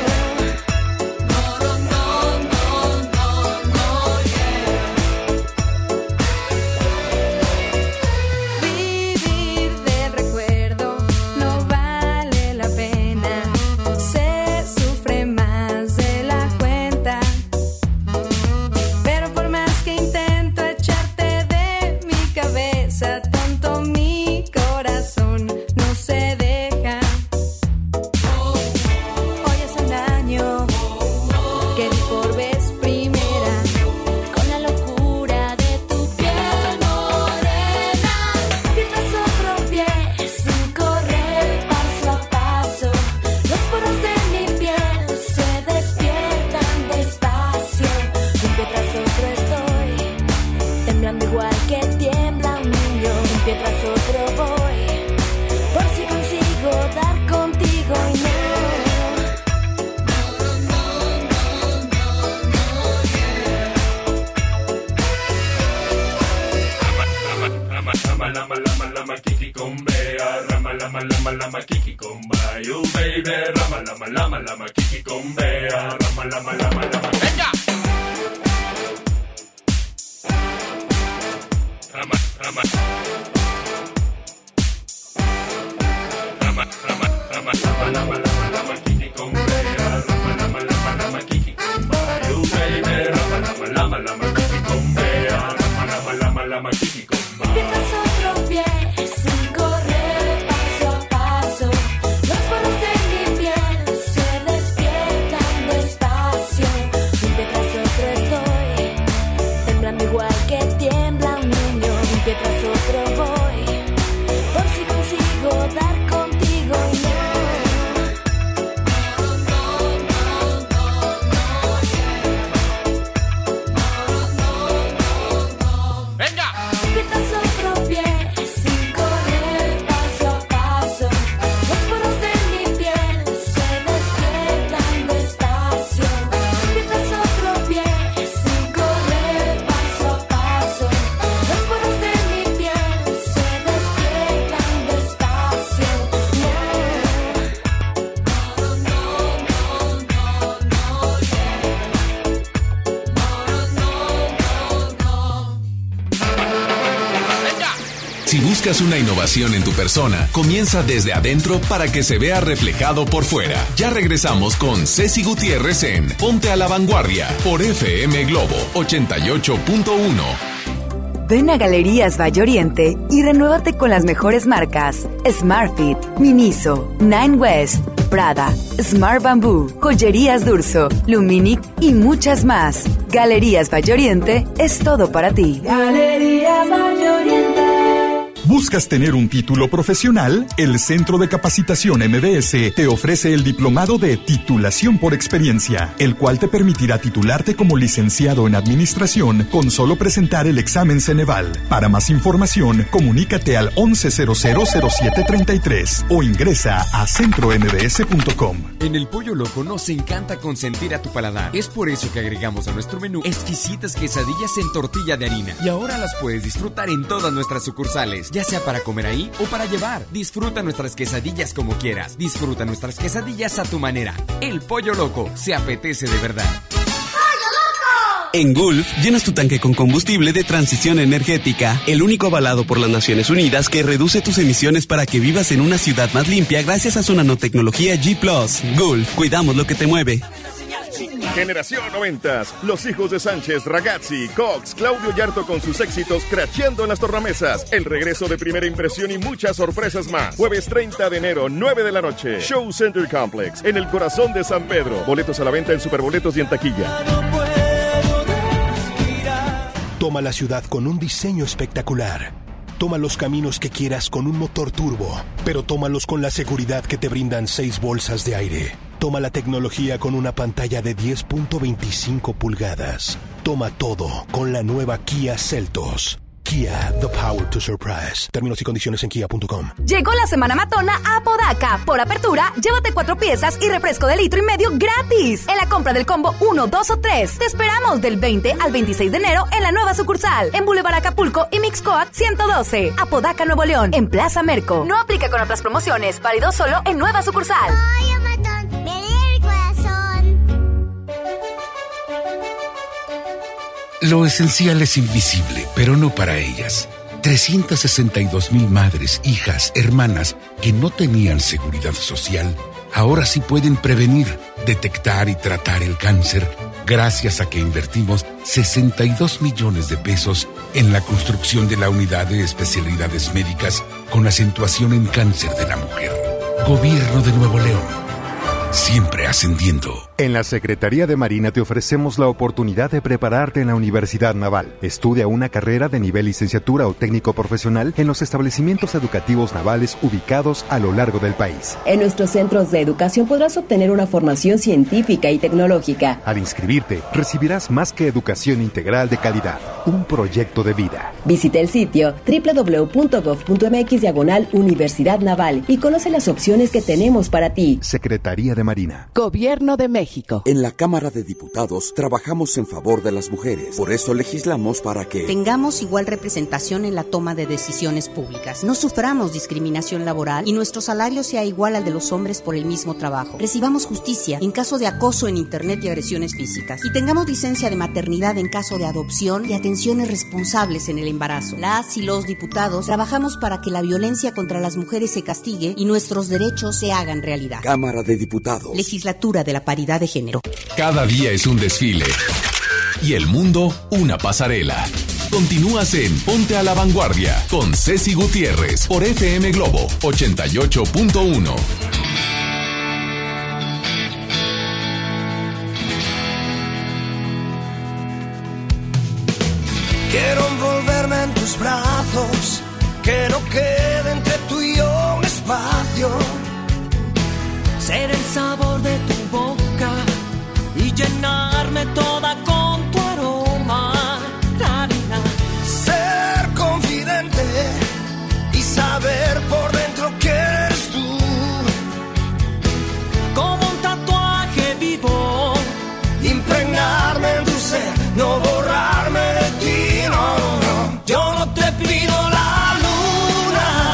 Vivir del recuerdo no vale la pena. Se sufre más de la cuenta. Pero por más que intento echarte de mi cabeza, tonto mi corazón no se deja. Hoy es el año que di por vez primera, con la locura de tu piel morena. Pie tras otro pie, sin correr paso a paso. Los poros de mi piel se despiertan despacio. Un pie tras otro estoy, temblando igual que tiembla un niño. Un pie tras otro voy, por si consigo dar contigo y no. Lama kiki con bea, lama kiki con bayo, baby, lama kiki con bea, lama. Venga. Lama kiki con bea, lama kiki con bayo, baby, lama kiki con bea, lama kiki con bayo. Pie tras otro pie, Si buscas una innovación en tu persona, comienza desde adentro para que se vea reflejado por fuera. Ya regresamos con Ceci Gutiérrez en Ponte a la Vanguardia por FM Globo 88.1. Ven a Galerías Valle Oriente y renuévate con las mejores marcas: Smartfit, Miniso, Nine West, Prada, Smart Bamboo, Joyerías Durso, Luminic y muchas más. Galerías Valle Oriente es todo para ti. Galerías Valle Oriente. ¿Buscas tener un título profesional? El Centro de Capacitación MBS te ofrece el diplomado de titulación por experiencia, el cual te permitirá titularte como licenciado en administración con solo presentar el examen Ceneval. Para más información, comunícate al 11000733 o ingresa a centrombs.com. En el Pollo Loco nos encanta consentir a tu paladar. Es por eso que agregamos a nuestro menú exquisitas quesadillas en tortilla de harina. Y ahora las puedes disfrutar en todas nuestras sucursales, ya sea para comer ahí o para llevar. Disfruta nuestras quesadillas como quieras. Disfruta nuestras quesadillas a tu manera. El Pollo Loco se apetece de verdad. En Gulf, llenas tu tanque con combustible de transición energética, el único avalado por las Naciones Unidas que reduce tus emisiones para que vivas en una ciudad más limpia gracias a su nanotecnología G+. Gulf, cuidamos lo que te mueve. Generación 90s, los hijos de Sánchez, Ragazzi, Cox, Claudio Yarto con sus éxitos cracheando en las tornamesas, el regreso de Primera Impresión y muchas sorpresas más. Jueves 30 de enero, 9 de la noche, Show Center Complex, en el corazón de San Pedro. Boletos a la venta en Superboletos y en taquilla. Toma la ciudad con un diseño espectacular. Toma los caminos que quieras con un motor turbo, pero tómalos con la seguridad que te brindan 6 bolsas de aire. Toma la tecnología con una pantalla de 10.25 pulgadas. Toma todo con la nueva Kia Seltos. Kia, the power to surprise. Términos y condiciones en kia.com. Llegó la semana matona a Apodaca. Por apertura, llévate 4 piezas y refresco de 1,5 litros gratis en la compra del combo 1, 2 o 3. Te esperamos del 20 al 26 de enero en la nueva sucursal, en Boulevard Acapulco y Mixcoat 112, Apodaca, Nuevo León, en Plaza Merco. No aplica con otras promociones, válido solo en nueva sucursal. Ay, matón, me duele el corazón. Lo esencial es invisible, pero no para ellas. 362,000 madres, hijas, hermanas que no tenían seguridad social, ahora sí pueden prevenir, detectar y tratar el cáncer gracias a que invertimos 62 millones de pesos en la construcción de la unidad de especialidades médicas con acentuación en cáncer de la mujer. Gobierno de Nuevo León. Siempre ascendiendo. En la Secretaría de Marina te ofrecemos la oportunidad de prepararte en la Universidad Naval. Estudia una carrera de nivel licenciatura o técnico profesional en los establecimientos educativos navales ubicados a lo largo del país. En nuestros centros de educación podrás obtener una formación científica y tecnológica. Al inscribirte, recibirás más que educación integral de calidad, un proyecto de vida. Visita el sitio www.gov.mx/Universidad Naval y conoce las opciones que tenemos para ti. Secretaría de Marina. Gobierno de México. En la Cámara de Diputados trabajamos en favor de las mujeres. Por eso legislamos para que tengamos igual representación en la toma de decisiones públicas. No suframos discriminación laboral y nuestro salario sea igual al de los hombres por el mismo trabajo. Recibamos justicia en caso de acoso en internet y agresiones físicas. Y tengamos licencia de maternidad en caso de adopción y atenciones responsables en el embarazo. Las y los diputados trabajamos para que la violencia contra las mujeres se castigue y nuestros derechos se hagan realidad. Cámara de Diputados. Legislatura de la Paridad de Género. Cada día es un desfile y el mundo una pasarela. Continúas en Ponte a la Vanguardia con Ceci Gutiérrez por FM Globo 88.1. Quiero envolverme en tus brazos, que no quede entre tú y yo un espacio. Ser el sabor de tu boca y llenarme toda con tu aroma. Harina. Ser confidente y saber por dentro que eres tú. Como un tatuaje vivo, impregnarme en tu ser, no borrarme de ti, no, no. Yo no te pido la luna,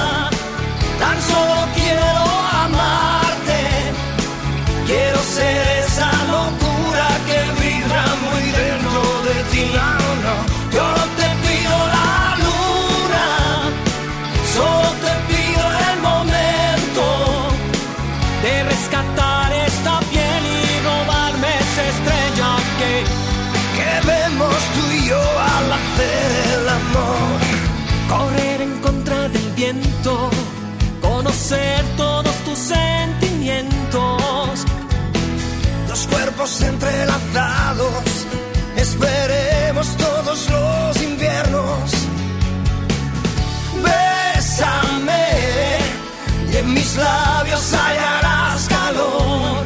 que vemos tú y yo al hacer el amor. Correr en contra del viento, conocer todos tus sentimientos. Los cuerpos entrelazados, esperemos todos los inviernos. Bésame y en mis labios hallarás calor.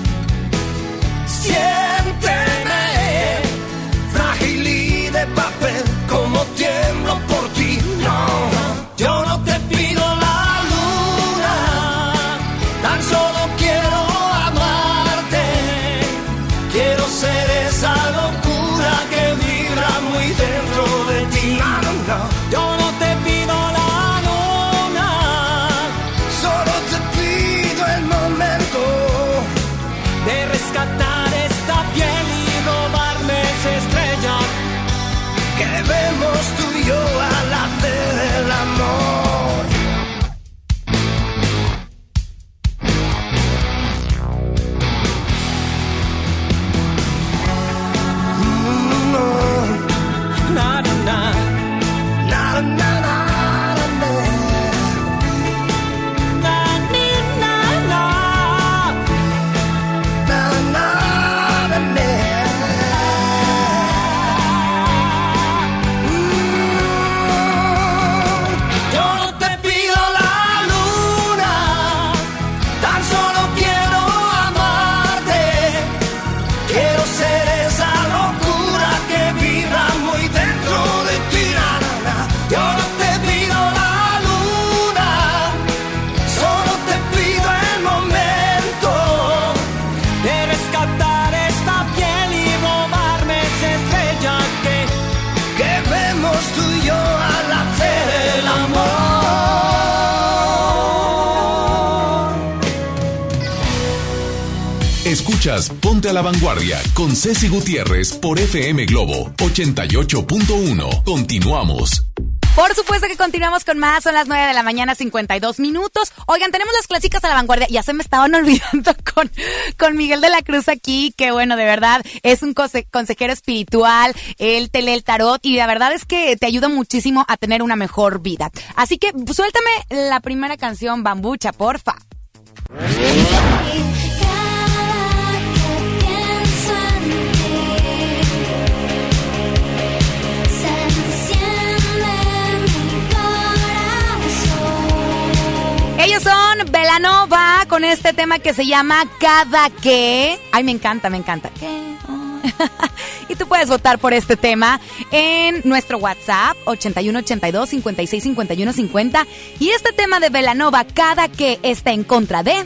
Siénteme, frágil y de papel, como tiemblo por ti. No, yo no te pido la luna, tan solo quiero amarte. Quiero ser esa locura que vibra muy dentro de ti. No, no, no. Yo no te pido la luna, solo te pido el momento de rescatar esta piel y robarme esa estrella que vemos tú y yo al hacer el amor. Na, na, na. Na, na, na, na, na. Na, ni, na, na. Na, na, na, na. Yo no te pido la luna, tan solo quiero amarte. Quiero ser esa locura que vibra muy dentro de ti. Na, na, na. Yo no te pido la luna, solo te pido el momento De rescatar esta piel y robarme esa estrella que vemos tú y yo al hacer el amor. Escuchas Ponte a la Vanguardia con Ceci Gutiérrez por FM Globo 88.1. Continuamos. Por supuesto que continuamos con más, son las 9 de la mañana, 52 minutos. Oigan, tenemos las clásicas a la vanguardia, ya se me estaban olvidando con Miguel de la Cruz aquí, que bueno, de verdad, es un consejero espiritual, él te lee el tarot y la verdad es que te ayuda muchísimo a tener una mejor vida. Así que suéltame la primera canción, Bambucha, porfa. Ellos son Belanova con este tema que se llama Cada Que. Ay, me encanta. Y tú puedes votar por este tema en nuestro WhatsApp 8182-565150. Y este tema de Belanova, Cada Que, está en contra de...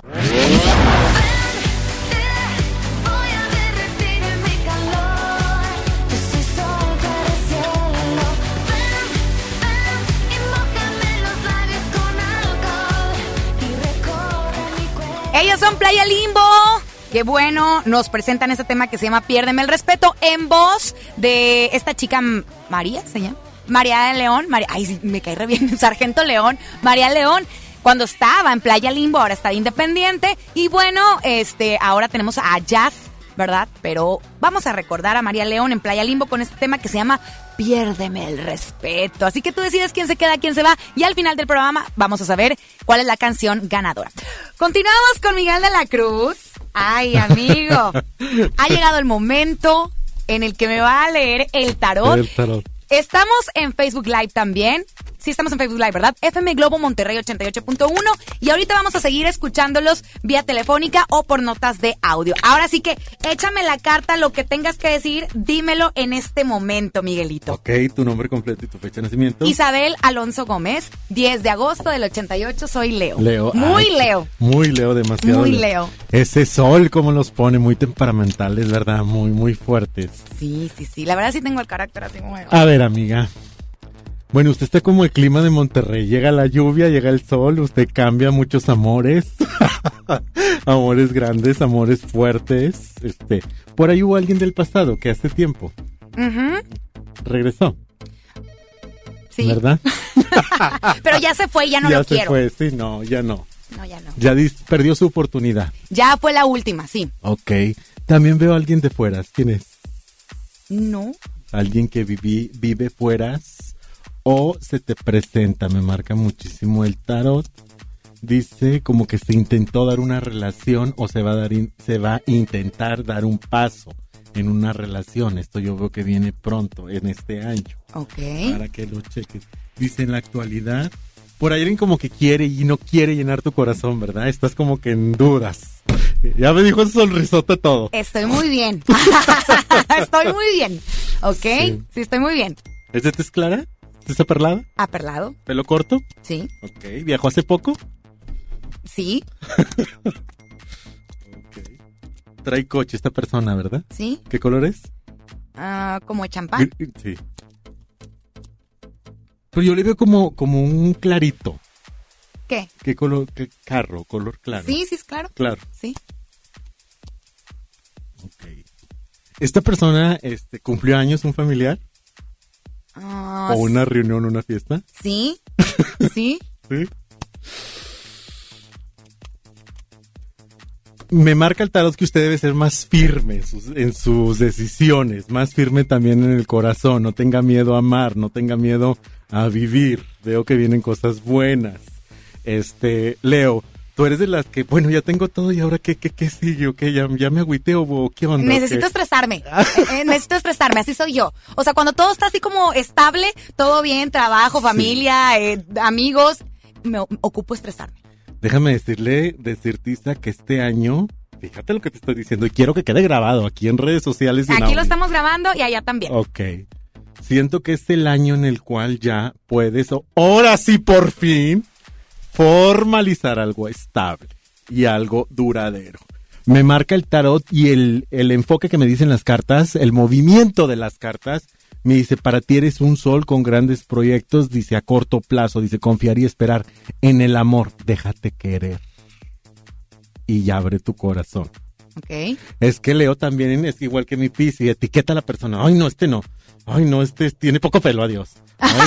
Ellos son Playa Limbo. Qué bueno, nos presentan este tema que se llama Piérdeme el Respeto en voz de esta chica María, ¿se llama? María León. Ay, sí, me cae re bien, Sargento León. María León, cuando estaba en Playa Limbo, ahora está independiente. Y bueno, ahora tenemos a Jazz, ¿verdad? Pero vamos a recordar a María León en Playa Limbo con este tema que se llama Piérdeme el Respeto. Así que tú decides quién se queda, quién se va. Y al final del programa vamos a saber cuál es la canción ganadora. Continuamos con Miguel de la Cruz. Ay, amigo. Ha llegado el momento en el que me va a leer el tarot. El tarot. Estamos en Facebook Live también. Sí, estamos en Facebook Live, ¿verdad? FM Globo Monterrey 88.1. Y ahorita vamos a seguir escuchándolos vía telefónica o por notas de audio. Ahora sí que échame la carta, lo que tengas que decir, dímelo en este momento, Miguelito. Ok, tu nombre completo y tu fecha de nacimiento. Isabel Alonso Gómez, 10 de agosto del 88, soy Leo. Leo. Muy ay, Leo. Muy Leo, demasiado. Muy Leo. Ese sol, como los pone, muy temperamentales, ¿verdad? Muy, muy fuertes. Sí. La verdad sí tengo el carácter así como... A ver, amiga. Bueno, usted está como el clima de Monterrey. Llega la lluvia, llega el sol, usted cambia muchos amores. Amores grandes, amores fuertes. Por ahí hubo alguien del pasado que hace tiempo regresó. Sí. ¿Verdad? Pero ya se fue, ya no lo quiero. Ya se fue, sí, no, ya no. No, ya no. Ya perdió su oportunidad. Ya fue la última, sí. Ok. También veo a alguien de fuera. ¿Quién es? No. Alguien que vive fuera o se te presenta. Me marca muchísimo el tarot. Dice como que se intentó dar una relación o se va a intentar dar un paso en una relación. Esto yo veo que viene pronto, en este año. Ok. Para que lo cheques. Dice en la actualidad, por ahí alguien como que quiere y no quiere llenar tu corazón, ¿verdad? Estás como que en dudas. Ya me dijo ese sonrisote todo. Estoy muy bien. Estoy muy bien. Ok, sí, estoy muy bien. ¿Es de tez clara? ¿Es aperlada? ¿Aperlado? ¿Pelo corto? Sí. Ok, ¿viajó hace poco? Sí. Trae coche esta persona, ¿verdad? Sí. ¿Qué color es? Como champán. Sí. Pero yo le veo como un clarito. ¿Qué? ¿Qué color? ¿Qué carro? ¿Color claro? Sí, es claro. Claro. Sí. Ok. ¿Esta persona cumplió años, un familiar? ¿O una reunión, una fiesta? Sí. Sí. Sí. Me marca el tarot que usted debe ser más firme en sus decisiones, más firme también en el corazón, no tenga miedo a amar, no tenga miedo a vivir. Veo que vienen cosas buenas. Leo, tú eres de las que, bueno, ya tengo todo y ahora qué sigue, o qué, ya me agüité o qué onda. Necesito estresarme, necesito estresarme, así soy yo. O sea, cuando todo está así como estable, todo bien, trabajo, familia, amigos, me ocupo estresarme. Déjame decirte, Isa, que este año, fíjate lo que te estoy diciendo, y quiero que quede grabado aquí en redes sociales. Aquí lo estamos grabando y allá también. Ok. Siento que es el año en el cual ya puedes, ahora sí por fin, formalizar algo estable y algo duradero. Me marca el tarot y el enfoque que me dicen las cartas, el movimiento de las cartas, me dice, para ti eres un sol con grandes proyectos, dice, a corto plazo, dice, confiar y esperar en el amor, déjate querer. Y ya abre tu corazón. Ok. Es que Leo también es igual que mi Piscis, etiqueta a la persona, ay no, no. Ay no, tiene poco pelo, adiós. Ay,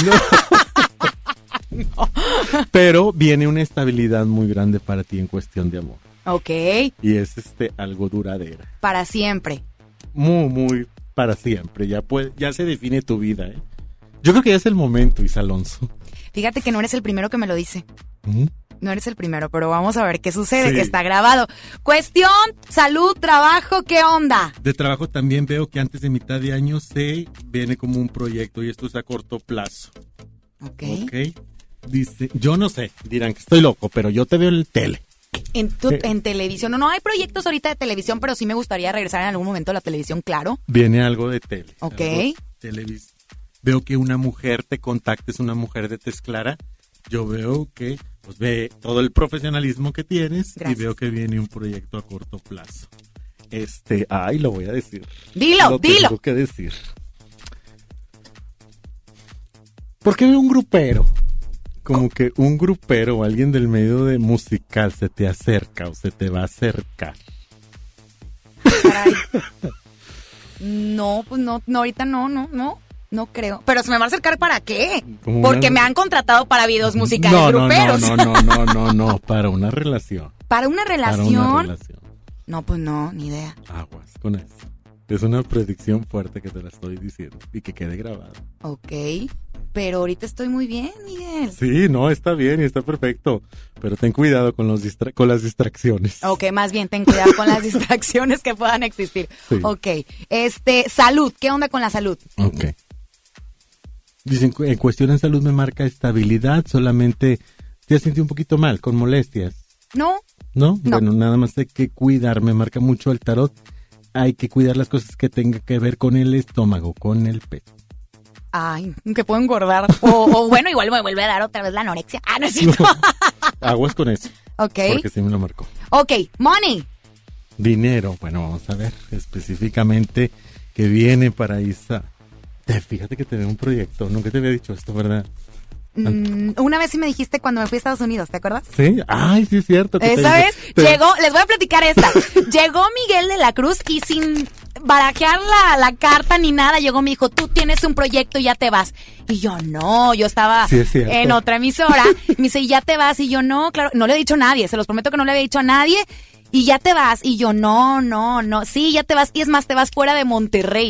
no. No. Pero viene una estabilidad muy grande para ti en cuestión de amor. Ok. Y es algo duradera. Para siempre. Muy, muy para siempre. Ya se define tu vida, ¿eh? Yo creo que ya es el momento, Isa Alonso. Fíjate que no eres el primero que me lo dice. ¿Mm? No eres el primero, pero vamos a ver qué sucede. Sí. Está grabado. Cuestión, salud, trabajo, ¿qué onda? De trabajo también veo que antes de mitad de año se viene como un proyecto y esto es a corto plazo. Ok. Dice, yo no sé, dirán que estoy loco, pero yo te veo en el tele. En televisión. No hay proyectos ahorita de televisión, pero sí me gustaría regresar en algún momento a la televisión, claro. Viene algo de tele. Ok. Veo que una mujer te contacta, es una mujer de tez clara. Yo veo que pues ve todo el profesionalismo que tienes. Gracias. Y veo que viene un proyecto a corto plazo. Lo voy a decir. Dilo. Tengo que decir. ¿Por qué veo un grupero? Como que un grupero o alguien del medio de musical se te acerca o se te va a acercar. Caray. No, pues no, ahorita no creo. Pero se me va a acercar ¿para qué? Porque me han contratado para videos musicales gruperos. No, para una relación. ¿Para una relación? Para una relación. No, pues no, ni idea. Aguas con eso. Es una predicción fuerte que te la estoy diciendo y que quede grabada. Ok, pero ahorita estoy muy bien, Miguel. Sí, no, está bien y está perfecto, pero ten cuidado con las distracciones. Ok, más bien ten cuidado con las distracciones que puedan existir. Sí. Ok, salud, ¿qué onda con la salud? Ok. Dicen, en cuestión de salud me marca estabilidad, solamente te has sentido un poquito mal, con molestias. No. ¿No? Bueno, nada más hay que cuidar, me marca mucho el tarot. Hay que cuidar las cosas que tengan que ver con el estómago, con el peso. Ay, que puedo engordar. O bueno, igual me vuelve a dar otra vez la anorexia. Ah, no es cierto. Aguas con eso. Ok. Porque sí me lo marcó. Ok, money. Dinero. Bueno, vamos a ver específicamente qué viene para Isa. Fíjate que te veo un proyecto. Nunca te había dicho esto, ¿verdad? Una vez sí me dijiste cuando me fui a Estados Unidos, ¿te acuerdas? Sí, ay, sí es cierto. Esa vez llegó, les voy a platicar esta. Llegó Miguel de la Cruz y sin barajear la carta ni nada, llegó, me dijo, tú tienes un proyecto y ya te vas. Y yo, no, yo estaba en otra emisora. Me dice, ¿ya te vas? Y yo, no, claro, no le he dicho a nadie, se los prometo que no le había dicho a nadie. Y ya te vas. Y yo, no, sí, ya te vas. Y es más, te vas fuera de Monterrey.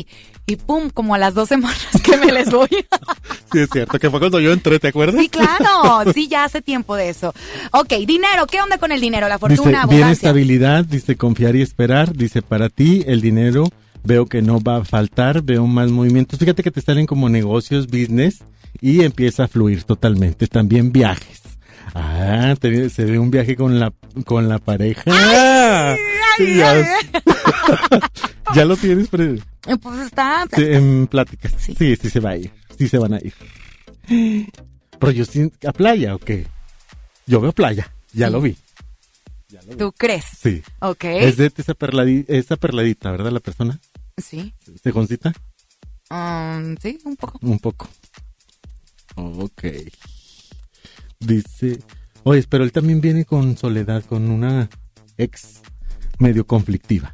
y pum, como a las 2 semanas que me les voy. Sí, es cierto, que fue cuando yo entré, ¿te acuerdas? Sí, claro, sí, ya hace tiempo de eso. Ok, dinero, ¿qué onda con el dinero? La fortuna, dice, abundancia. Bien estabilidad, dice confiar y esperar, dice para ti el dinero veo que no va a faltar, veo más movimientos. Fíjate que te salen como negocios, business y empieza a fluir totalmente. También viajes. Se ve un viaje con la pareja. Ay, Ya lo tienes, pues está en pláticas. Sí, se va a ir. Sí se van a ir. Pero yo sí, ¿a playa o qué? Yo veo playa, ya lo vi. ¿Tú crees? Sí. Ok. Es de esa perladita, ¿verdad, la persona? Sí. ¿Cejoncita? Sí, un poco. Un poco. Ok. Dice, oye, pero él también viene con soledad, con una ex medio conflictiva.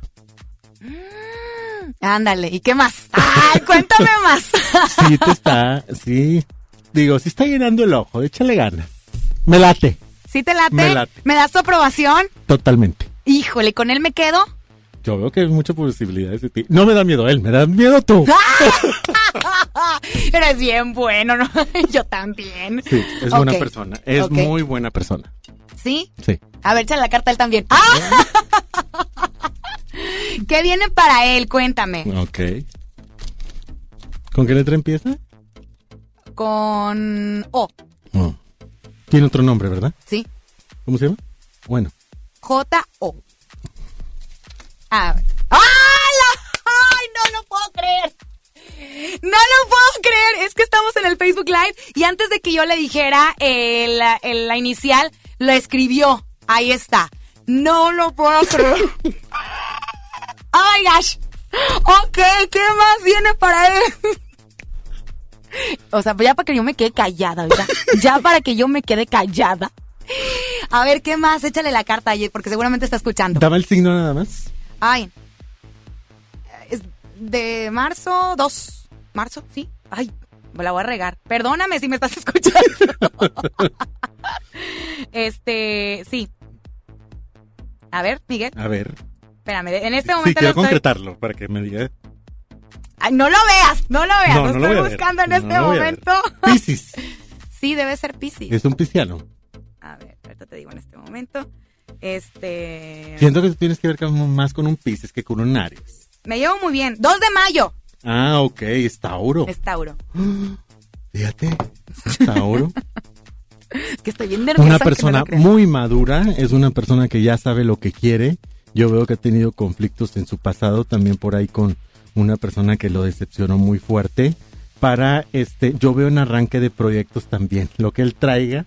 Ándale, ¿y qué más? ¡Ay, cuéntame más! Sí está llenando el ojo, échale ganas. Me late. ¿Sí te late? Me late. ¿Me das tu aprobación? Totalmente. Híjole, ¿con él me quedo? Yo veo que hay muchas posibilidades de ti. No me da miedo él, me da miedo tú. Eres bien bueno, ¿no? Yo también. Sí, es buena persona. Es muy buena persona. ¿Sí? Sí. A ver, échale la carta a él también. ¿Qué viene para él? Cuéntame. Ok. ¿Con qué letra empieza? Con O. Oh. Tiene otro nombre, ¿verdad? Sí. ¿Cómo se llama? Bueno. J-O. A ver. ¡Ay, no lo puedo creer! ¡No lo puedo creer! Es que estamos en el Facebook Live y antes de que yo le dijera la inicial, lo escribió. Ahí está. No lo puedo creer. ¡Ay, gosh! Ok, ¿qué más viene para él? O sea, ya para que yo me quede callada, ¿verdad? Ya para que yo me quede callada. A ver, ¿qué más? Échale la carta ayer, porque seguramente está escuchando. Dame el signo nada más. Ay. Es de marzo 2. ¿Marzo? Sí. Ay, me la voy a regar. Perdóname si me estás escuchando. Sí. A ver, Miguel. A ver. Espérame, en este momento quiero concretarlo para que me diga. Ay, no lo veas. No lo estoy buscando en este momento. Piscis. Sí, debe ser Piscis. Es un pisciano. A ver, ahorita te digo en este momento. Siento que tú tienes que ver más con un Piscis que con un Aries. Me llevo muy bien. 2 de mayo. Ah, ok, es Tauro. Es Tauro. Fíjate, es Tauro. Es que estoy bien nerviosa. Una persona muy madura, es una persona que ya sabe lo que quiere. Yo veo que ha tenido conflictos en su pasado, también por ahí con una persona que lo decepcionó muy fuerte. Yo veo un arranque de proyectos también. Lo que él traiga,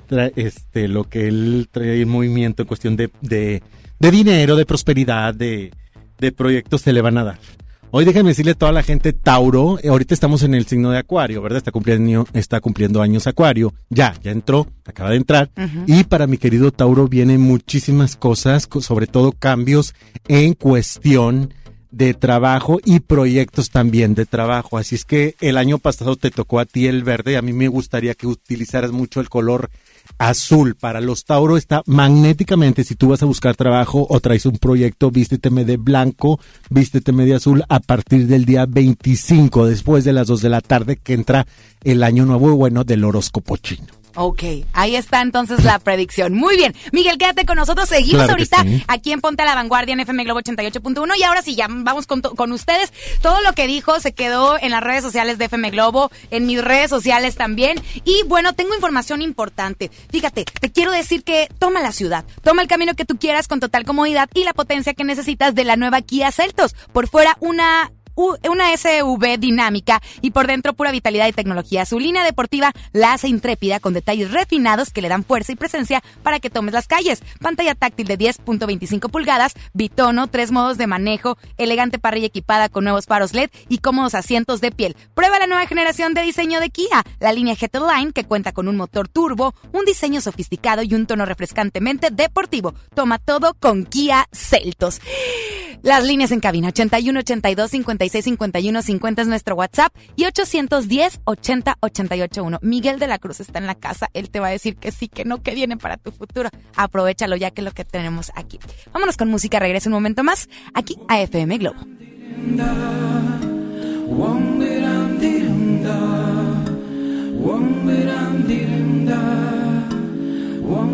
lo que él trae en movimiento en cuestión de dinero, de prosperidad, de proyectos se le van a dar. Hoy déjenme decirle a toda la gente Tauro, ahorita estamos en el signo de Acuario, ¿verdad? Está cumpliendo años Acuario, ya entró, acaba de entrar. Uh-huh. Y para mi querido Tauro vienen muchísimas cosas, sobre todo cambios en cuestión de trabajo y proyectos también de trabajo. Así es que el año pasado te tocó a ti el verde, a mí me gustaría que utilizaras mucho el color azul. Para los Tauro está magnéticamente, si tú vas a buscar trabajo o traes un proyecto, vísteteme de blanco, vísteteme de azul a partir del día 25, después de las 2 de la tarde que entra el año nuevo, bueno, del horóscopo chino. Ok, ahí está entonces la predicción. Muy bien, Miguel, quédate con nosotros. Seguimos ahorita aquí en Ponte a la Vanguardia en FM Globo 88.1 y ahora sí, ya vamos con ustedes. Todo lo que dijo se quedó en las redes sociales de FM Globo, en mis redes sociales también. Y bueno, tengo información importante. Fíjate, te quiero decir que toma la ciudad, toma el camino que tú quieras con total comodidad y la potencia que necesitas de la nueva Kia Seltos. Por fuera una SUV dinámica y por dentro pura vitalidad y tecnología. Su línea deportiva la hace intrépida con detalles refinados que le dan fuerza y presencia para que tomes las calles. Pantalla táctil de 10.25 pulgadas, bitono, 3 modos de manejo, elegante parrilla equipada con nuevos faros LED y cómodos asientos de piel. Prueba la nueva generación de diseño de Kia, la línea GT Line que cuenta con un motor turbo, un diseño sofisticado y un tono refrescantemente deportivo. Toma todo con Kia Seltos. Las líneas en cabina 81 82 56 51 50 es nuestro WhatsApp y 810 80 88 1. Miguel de la Cruz está en la casa, él te va a decir que sí, que no, que viene para tu futuro. Aprovechalo ya que es lo que tenemos aquí. Vámonos con música, regresa un momento más aquí a FM Globo.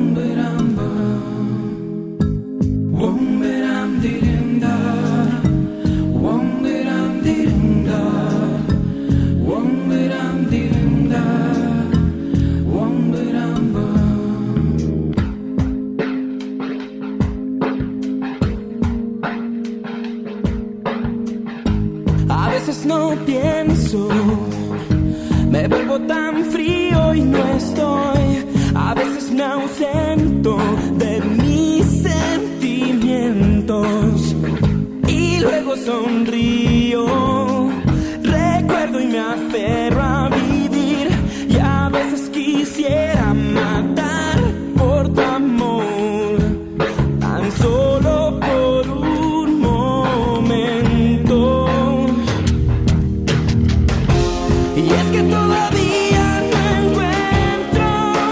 A veces no pienso, me vuelvo tan frío y no estoy. A veces me ausento de mis sentimientos y luego sonrío. Recuerdo y me aferro a vivir, y a veces quisiera matar por tu amor, tan solo por un momento. Y es que todavía no encuentro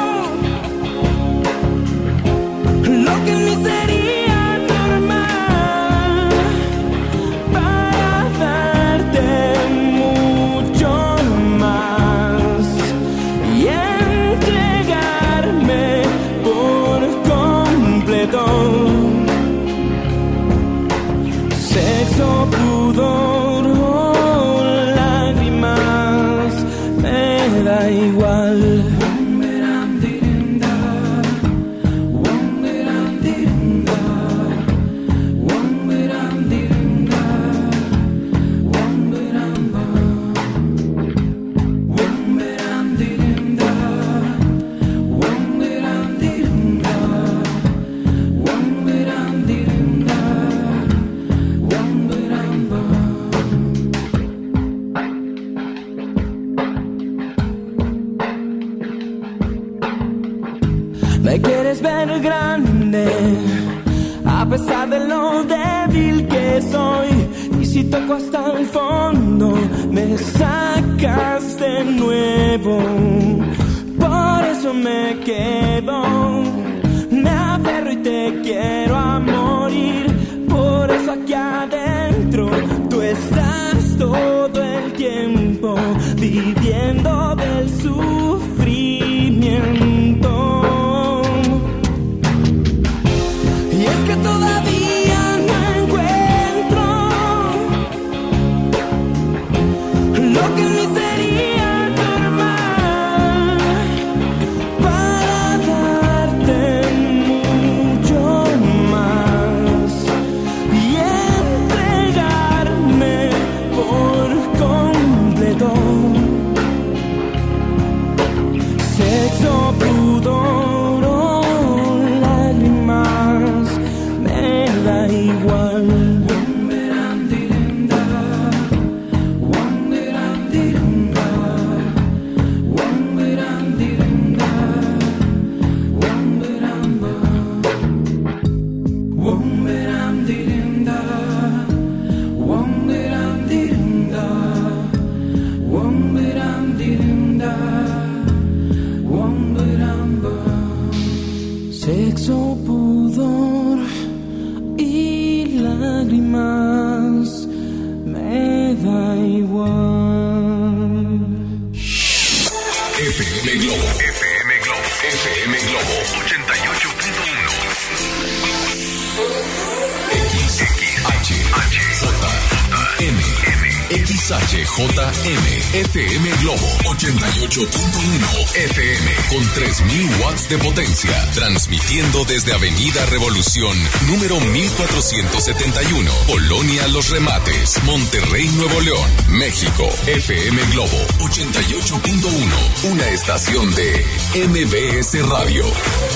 lo que en mí sería normal para darte mucho más y entregarme por completo. Sexo, pudor o lágrimas, me da igual. Me quieres ver grande, a pesar de lo débil que soy. Y si toco hasta el fondo, me sacas de nuevo. Por eso me quedo, me aferro y te quiero a morir. Por eso aquí adentro tú estás todo el tiempo, viviendo del sufrimiento. Y es que todavía no encuentro lo que en mí sería normal para darte mucho más y entregarme por completo. Sexo, pudor o lágrimas, me da igual. Sexo, pudor y lágrimas, me da igual. FM Globo. FM Globo. FM Globo 88.1. XHJM, FM Globo 88.1 FM con 3000 watts de potencia, transmitiendo desde Avenida Revolución, número 1471, Colonia Los Remates, Monterrey, Nuevo León, México. FM Globo 88.1, una estación de MBS Radio.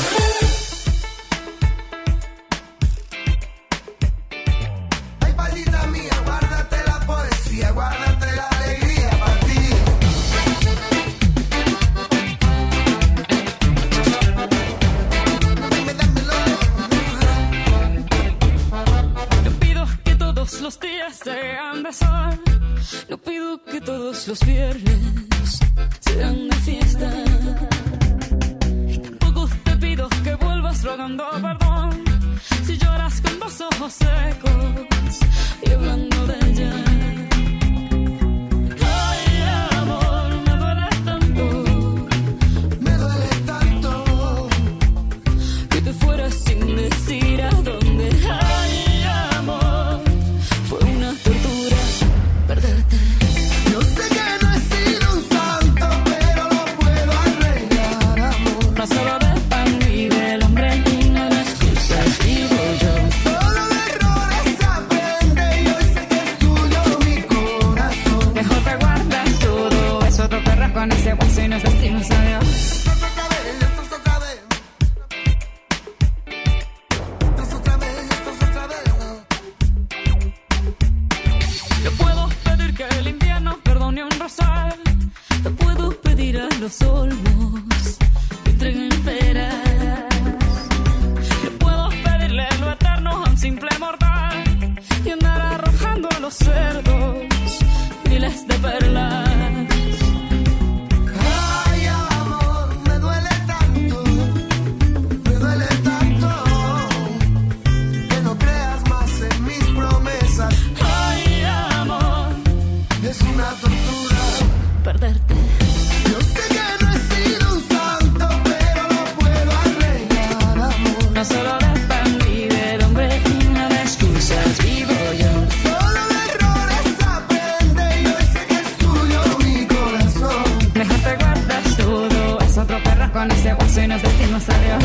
Los viernes sean de fiesta, y tampoco te pido que vuelvas rogando perdón si lloras con los ojos secos y hablando de ella. Ay, amor, me duele tanto con ese hueso y nos decimos adiós. Te puedo pedir que el invierno perdone un rosal. Te puedo pedir a los olmos que entreguen peras. Te puedo pedirle lo eterno a un simple mortal y andar arrojando a los cerdos miles de perlas. Ay, amor, me duele tanto que no creas más en mis promesas. Ay, amor, es una tortura perderte. Yo sé que no he sido un santo, pero lo puedo arreglar, amor. No solo dependí del hombre, no de excusas vivo yo. Solo de errores aprende y hoy sé que es tuyo mi corazón. Mejor te guardas todo, es otro perro con ese hueso y nos decimos adiós.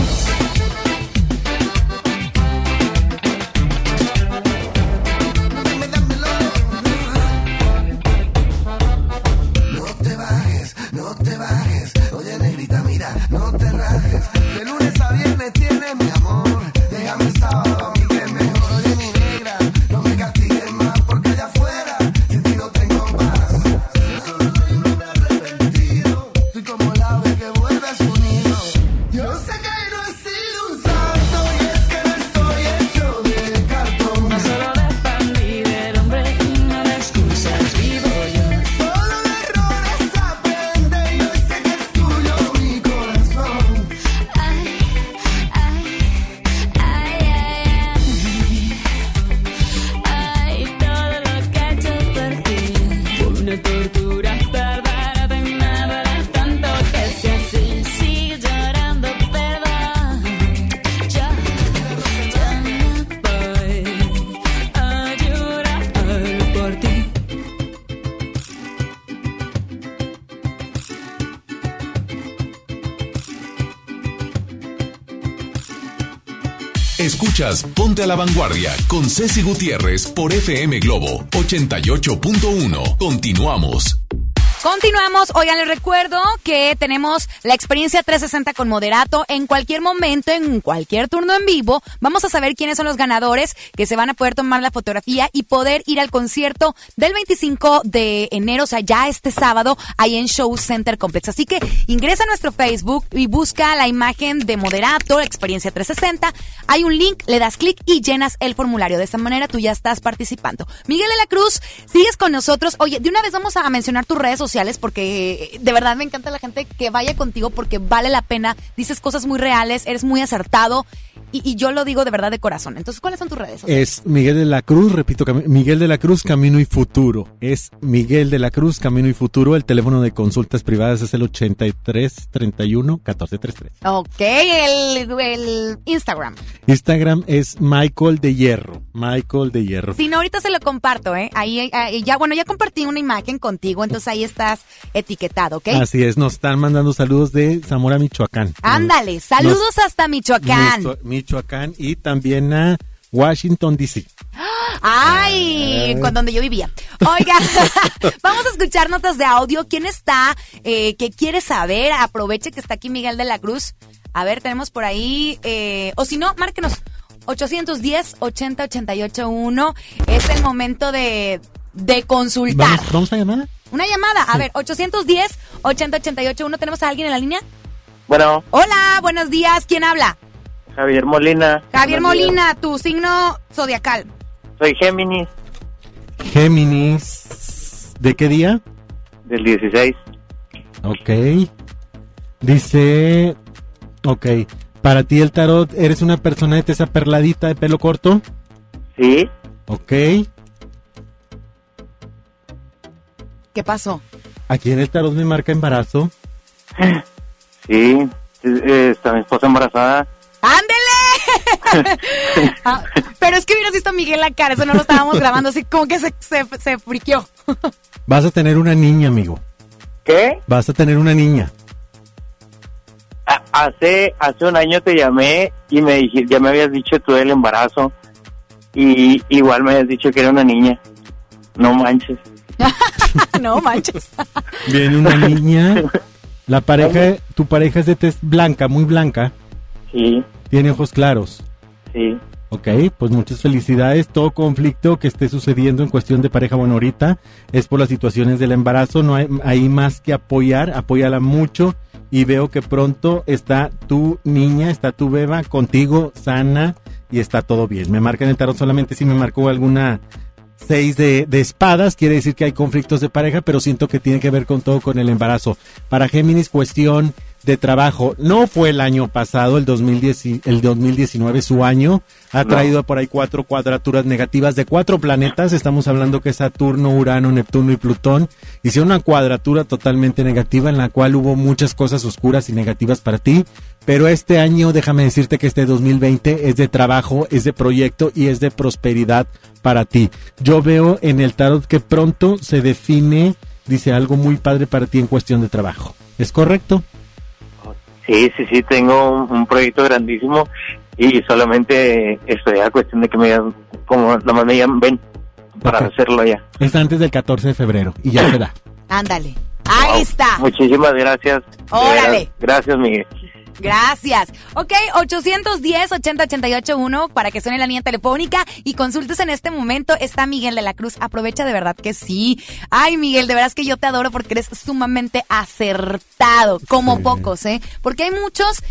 No te bajes, oye negrita, mira, no te rajes. De lunes a viernes tienes mi amor, déjame el sábado a mí que es mejor. Oye mi negra, no me castigues más porque allá afuera sin ti no tengo paz. Solo soy un hombre arrepentido, soy como el ave que vuelve a su nido. Yo sé que no he sido un santo y es que no estoy hecho de cartón. No solo dependí del hombre, no de excusas vivo yo. Solo de errores aprende y hoy sé que es tuyo mi corazón. Ay, todo lo que he hecho por ti fue una tortura, perderte me duele tanto que si así sigue llorando, perdón. Yo no voy a llorar por ti. Escuchas Ponte a la Vanguardia con Ceci Gutiérrez por FM Globo 88.1. Continuamos. Continuamos. Oigan, les recuerdo que tenemos la experiencia 360 con Moderato. En cualquier momento, en cualquier turno en vivo, vamos a saber quiénes son los ganadores que se van a poder tomar la fotografía y poder ir al concierto del 25 de enero, o sea, ya este sábado, ahí en Show Center Complex. Así que ingresa a nuestro Facebook y busca la imagen de Moderato, la experiencia 360. Hay un link, le das clic y llenas el formulario. De esta manera tú ya estás participando. Miguel de la Cruz, sigues con nosotros. Oye, de una vez vamos a mencionar tus redes sociales porque de verdad me encanta la gente que vaya contigo porque vale la pena, dices cosas muy reales, eres muy acertado y yo lo digo de verdad de corazón. Entonces, ¿cuáles son tus redes sociales? Es Miguel de la Cruz, repito, Miguel de la Cruz, Camino y Futuro. Es Miguel de la Cruz, Camino y Futuro. El teléfono de consultas privadas es el 8331-1433. Ok, el Instagram. Instagram es Michael de Hierro. Michael de Hierro. Si no, ahorita se lo comparto, ¿eh? Ahí ya compartí una imagen contigo, entonces ahí estás etiquetado, ¿ok? Así es, nos están mandando saludos de Zamora, Michoacán. Ándale, saludos hasta Michoacán. Michoacán y también a Washington, D.C. ¡Ay! Con donde yo vivía. Oiga, vamos a escuchar notas de audio. ¿Quién está? ¿Qué quiere saber? Aproveche que está aquí Miguel de la Cruz. A ver, tenemos por ahí... o si no, márquenos. 810-80-881. Es el momento de consultar. ¿Vamos a llamar? Una llamada. A ver, 810-80-881. ¿Tenemos a alguien en la línea? Bueno. Hola, buenos días. ¿Quién habla? Javier Molina. Javier Molina, tu signo zodiacal. Soy Géminis. Géminis. ¿De qué día? Del 16. Ok. Dice... Ok. Para ti el tarot, ¿eres una persona de tez perladita de pelo corto? Sí. Ok. ¿Qué pasó? Aquí en el tarot me marca embarazo. Sí. Está mi esposa embarazada. ¡Ándele! Pero es que hubieras visto a Miguel la cara, eso no lo estábamos grabando, así como que se friqueó. Vas a tener una niña, amigo. ¿Qué? Vas a tener una niña. Hace un año te llamé y ya me habías dicho tú del embarazo y igual me habías dicho que era una niña. No manches. No manches. Viene una niña. La pareja, tu pareja es de tez blanca, muy blanca. Sí. Tiene ojos claros. Sí. Ok, pues muchas felicidades. Todo conflicto que esté sucediendo en cuestión de pareja, bueno, ahorita es por las situaciones del embarazo. No hay más que apóyala mucho. Y veo que pronto está tu niña, está tu beba contigo, sana, y está todo bien. Me marca en el tarot solamente si me marcó alguna 6 de espadas, quiere decir que hay conflictos de pareja, pero siento que tiene que ver con todo con el embarazo. Para Géminis, cuestión de trabajo. No fue el año pasado, el 2019 su año. Ha traído por ahí 4 cuadraturas negativas de 4 planetas. Estamos hablando que Saturno, Urano, Neptuno y Plutón hicieron una cuadratura totalmente negativa en la cual hubo muchas cosas oscuras y negativas para ti. Pero este año, déjame decirte que este 2020 es de trabajo, es de proyecto y es de prosperidad para ti. Yo veo en el tarot que pronto se define, dice, algo muy padre para ti en cuestión de trabajo. ¿Es correcto? Sí, tengo un proyecto grandísimo y solamente estoy a cuestión de que me digan, como nomás me llaman, ven, para hacerlo ya. Es antes del 14 de febrero y ya se da. Ándale, ahí está. Muchísimas gracias. Órale. Gracias, Miguel. Gracias. Ok, 810-80-881 para que suene la línea telefónica y consultes en este momento. Está Miguel de la Cruz. Aprovecha, de verdad que sí. Ay, Miguel, de verdad que yo te adoro porque eres sumamente acertado, como pocos, ¿eh? Porque hay muchos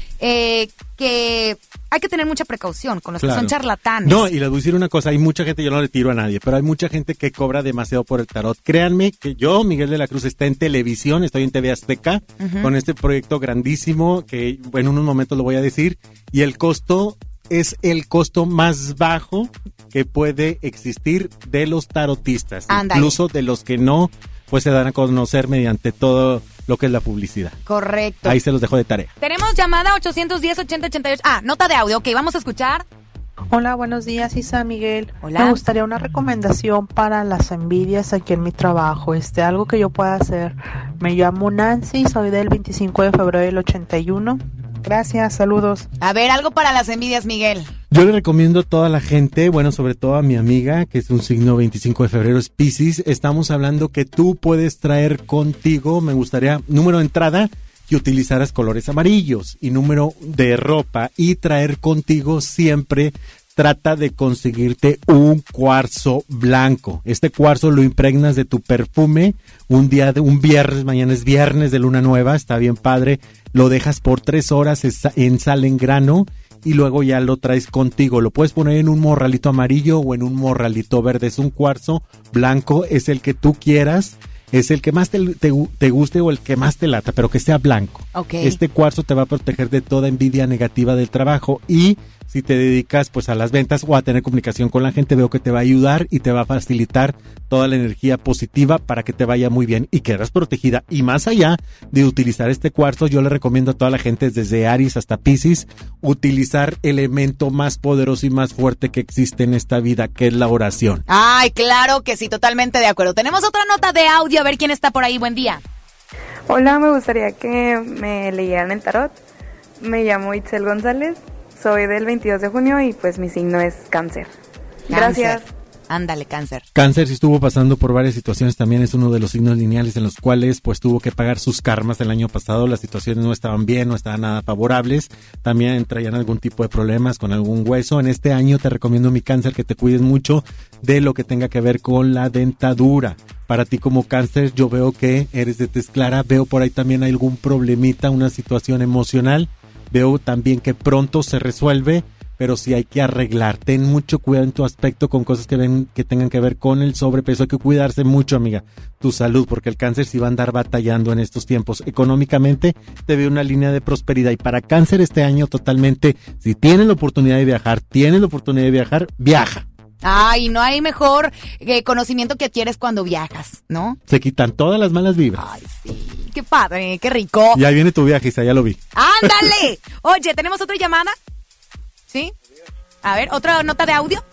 que hay que tener mucha precaución con los que son charlatanes. No, y les voy a decir una cosa, hay mucha gente, yo no le tiro a nadie, pero hay mucha gente que cobra demasiado por el tarot. Créanme que yo, Miguel de la Cruz, está en televisión, estoy en TV Azteca, con este proyecto grandísimo, que en unos momentos lo voy a decir, y el costo es el costo más bajo que puede existir de los tarotistas, incluso de los que no, pues se dan a conocer mediante todo lo que es la publicidad. Correcto. Ahí se los dejo de tarea. Tenemos llamada 810-8088. Nota de audio. Ok, vamos a escuchar. Hola, buenos días, Isa Miguel. Hola. Me gustaría una recomendación para las envidias aquí en mi trabajo. Algo que yo pueda hacer. Me llamo Nancy, soy del 25 de febrero del 81. Gracias, saludos. A ver, algo para las envidias, Miguel. Yo le recomiendo a toda la gente, bueno, sobre todo a mi amiga, que es un signo 25 de febrero, es Piscis. Estamos hablando que tú puedes traer contigo, me gustaría, número de entrada, que utilizaras colores amarillos, y número de ropa, y traer contigo siempre, trata de conseguirte un cuarzo blanco. Este cuarzo lo impregnas de tu perfume un viernes, mañana es viernes de luna nueva, está bien padre, lo dejas por 3 horas en sal en grano y luego ya lo traes contigo. Lo puedes poner en un morralito amarillo o en un morralito verde. Es un cuarzo blanco, es el que tú quieras, es el que más te guste o el que más te lata, pero que sea blanco. Okay. Este cuarzo te va a proteger de toda envidia negativa del trabajo, y si te dedicas pues a las ventas o a tener comunicación con la gente, veo que te va a ayudar y te va a facilitar toda la energía positiva para que te vaya muy bien y quedas protegida. Y más allá de utilizar este cuarzo, yo le recomiendo a toda la gente, desde Aries hasta Piscis, utilizar el elemento más poderoso y más fuerte que existe en esta vida, que es la oración. Ay, claro que sí, totalmente de acuerdo. Tenemos otra nota de audio, a ver quién está por ahí. Buen día. Hola, me gustaría que me leyeran el tarot. Me llamo Itzel González, soy del 22 de junio y pues mi signo es Cáncer. Gracias. Ándale, Cáncer. Cáncer, si estuvo pasando por varias situaciones, también es uno de los signos lineales en los cuales pues tuvo que pagar sus karmas el año pasado. Las situaciones no estaban bien, no estaban nada favorables, también traían algún tipo de problemas con algún hueso. En este año te recomiendo, mi Cáncer, que te cuides mucho de lo que tenga que ver con la dentadura. Para ti como Cáncer, yo veo que eres de tez clara, veo por ahí también algún problemita, una situación emocional, veo también que pronto se resuelve, pero sí hay que arreglar. Ten mucho cuidado en tu aspecto con cosas que tengan que ver con el sobrepeso. Hay que cuidarse mucho, amiga, tu salud, porque el Cáncer sí va a andar batallando en estos tiempos. Económicamente te veo una línea de prosperidad, y para Cáncer este año totalmente, si tienes la oportunidad de viajar, viaja. Ay, no hay mejor conocimiento que adquieres cuando viajas, ¿no? Se quitan todas las malas vibras. Ay, sí, qué padre, qué rico. Ya viene tu viaje, Isa, ya lo vi. ¡Ándale! Oye, ¿tenemos otra llamada? ¿Sí? A ver, otra nota de audio.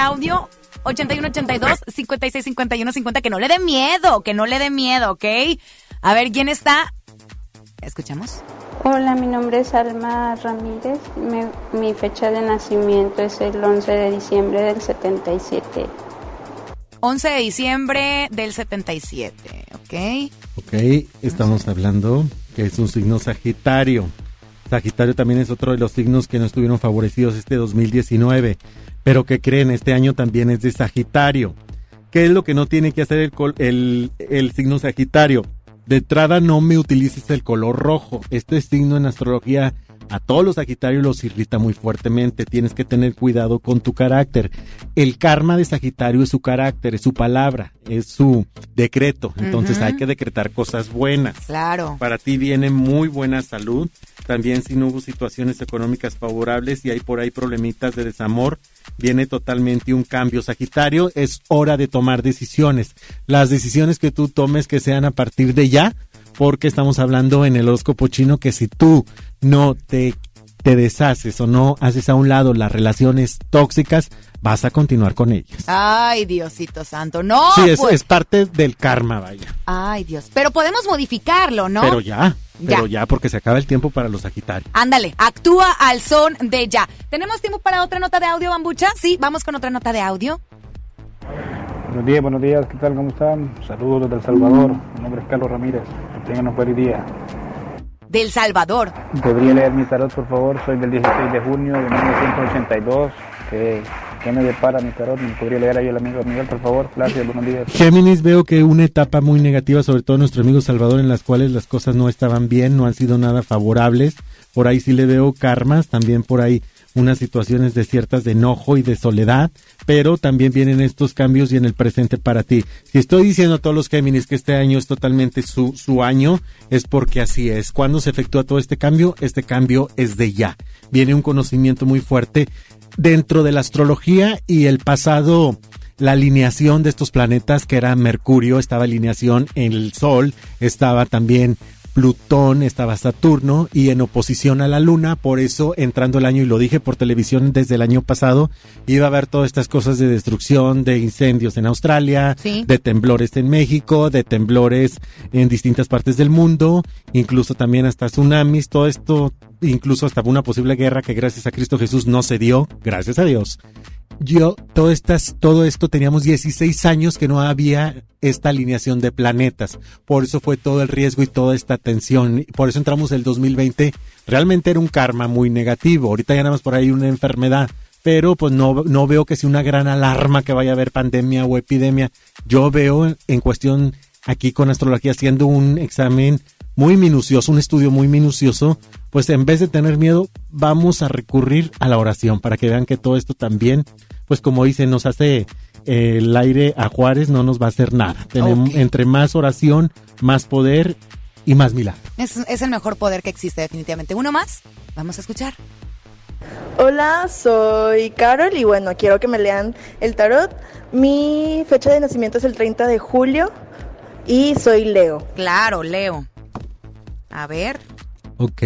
8182-5651-50. Que no le dé miedo, ¿ok? A ver, ¿quién está? ¿Escuchamos? Hola, mi nombre es Alma Ramírez. Mi fecha de nacimiento es el 11 de diciembre del 77. 11 de diciembre del 77. Ok, estamos hablando que es un signo Sagitario. Sagitario también es otro de los signos que no estuvieron favorecidos este 2019, pero que creen, este año también es de Sagitario. ¿Qué es lo que no tiene que hacer el signo Sagitario? De entrada, no me utilices el color rojo. Este signo en astrología a todos los Sagitarios los irrita muy fuertemente. Tienes que tener cuidado con tu carácter. El karma de Sagitario es su carácter, es su palabra, es su decreto. Entonces hay que decretar cosas buenas. Claro. Para ti viene muy buena salud. También si no hubo situaciones económicas favorables y hay por ahí problemitas de desamor, viene totalmente un cambio. Sagitario, es hora de tomar decisiones. Las decisiones que tú tomes que sean a partir de ya, porque estamos hablando en el horóscopo chino que si tú no te deshaces o no haces a un lado las relaciones tóxicas, vas a continuar con ellas. Ay, Diosito santo, no. Sí, es parte del karma, vaya. Ay, Dios, pero podemos modificarlo, ¿no? Pero ya, porque se acaba el tiempo para los Sagitarios. Ándale, actúa al son de ya. ¿Tenemos tiempo para otra nota de audio, Bambucha? Sí, vamos con otra nota de audio. Buenos días, ¿qué tal? ¿Cómo están? Saludos desde El Salvador. Mi nombre es Carlos Ramírez. Que tengan un feliz día. Del Salvador. ¿Podría leer mi tarot, por favor? Soy del 16 de junio de 1982. ¿Qué me depara mi tarot? ¿Me podría leer ahí el amigo Miguel, por favor? Gracias, buenos días. Géminis, veo que una etapa muy negativa, sobre todo nuestro amigo Salvador, en las cuales las cosas no estaban bien, no han sido nada favorables. Por ahí sí le veo karmas, también por ahí unas situaciones de ciertas de enojo y de soledad, pero también vienen estos cambios y en el presente para ti. Si estoy diciendo a todos los Géminis que este año es totalmente su año, es porque así es. ¿Cuándo se efectúa todo este cambio? Este cambio es de ya. Viene un conocimiento muy fuerte dentro de la astrología y el pasado, la alineación de estos planetas, que era Mercurio, estaba alineación en el Sol, estaba también Plutón, estaba Saturno y en oposición a la Luna. Por eso, entrando el año, y lo dije por televisión desde el año pasado, iba a haber todas estas cosas de destrucción, de incendios en Australia, ¿sí?, de temblores en México, de temblores en distintas partes del mundo, incluso también hasta tsunamis, todo esto, incluso hasta una posible guerra que gracias a Cristo Jesús no se dio, gracias a Dios. Todo esto teníamos 16 años que no había esta alineación de planetas, por eso fue todo el riesgo y toda esta tensión, por eso entramos el 2020, realmente era un karma muy negativo, ahorita ya nada más por ahí una enfermedad, pero pues no veo que sea una gran alarma que vaya a haber pandemia o epidemia. Yo veo en cuestión aquí con astrología, haciendo un examen muy minucioso, un estudio muy minucioso, pues en vez de tener miedo, vamos a recurrir a la oración para que vean que todo esto también, pues como dicen, nos hace el aire a Juárez, no nos va a hacer nada. Tenemos, entre más oración, más poder y más milagro. Es el mejor poder que existe, definitivamente. Uno más, vamos a escuchar. Hola, soy Carol y bueno, quiero que me lean el tarot. Mi fecha de nacimiento es el 30 de julio y soy Leo. Claro, Leo. A ver. Ok.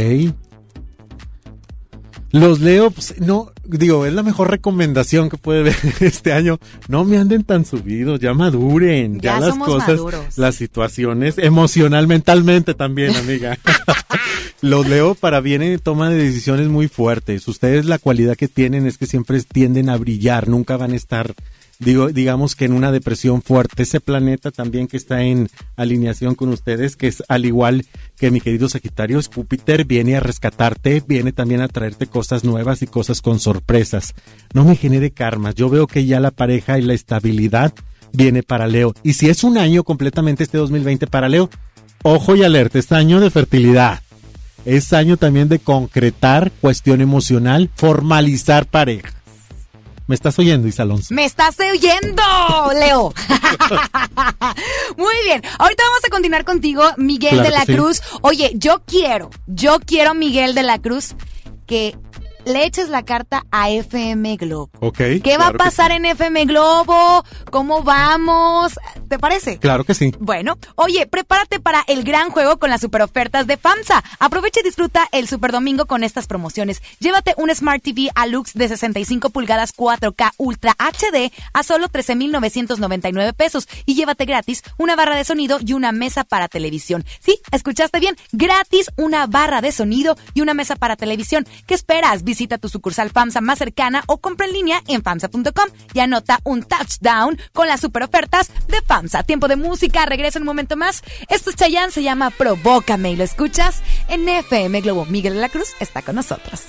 Los Leo, pues, no, digo, es la mejor recomendación que puede ver este año. No me anden tan subidos, ya maduren. Ya las cosas, maduros. Las situaciones, emocional, mentalmente también, amiga. Los Leo para vienen toma de decisiones muy fuertes. Ustedes la cualidad que tienen es que siempre tienden a brillar, nunca van a estar, digamos que en una depresión fuerte. Ese planeta también que está en alineación con ustedes, que es al igual que mi querido Sagitario, es Júpiter, viene a rescatarte, viene también a traerte cosas nuevas y cosas con sorpresas. No me genere karmas, yo veo que ya la pareja y la estabilidad viene para Leo. Y si es un año completamente este 2020 para Leo, ojo y alerta, es año de fertilidad. Es año también de concretar cuestión emocional, formalizar pareja. ¿Me estás oyendo, Isa Alonso? ¡Me estás oyendo, Leo! Muy bien. Ahorita vamos a continuar contigo, Miguel de la Cruz. Oye, yo quiero, Miguel de la Cruz, que le eches la carta a FM Globo. Ok. ¿Qué va a pasar en FM Globo? ¿Cómo vamos? ¿Te parece? Claro que sí. Bueno, oye, prepárate para el gran juego con las super ofertas de FAMSA. Aprovecha y disfruta el Super Domingo con estas promociones. Llévate un Smart TV Alux de 65 pulgadas 4K Ultra HD a solo 13,999 pesos y llévate gratis una barra de sonido y una mesa para televisión. Sí, escuchaste bien, gratis una barra de sonido y una mesa para televisión. ¿Qué esperas? Visita tu sucursal FAMSA más cercana o compra en línea en FAMSA.com y anota un touchdown con las super ofertas de FAMSA. Tiempo de música, regreso en un momento más. Esto es Chayanne, se llama Provócame y lo escuchas en FM Globo. Miguel de la Cruz está con nosotros.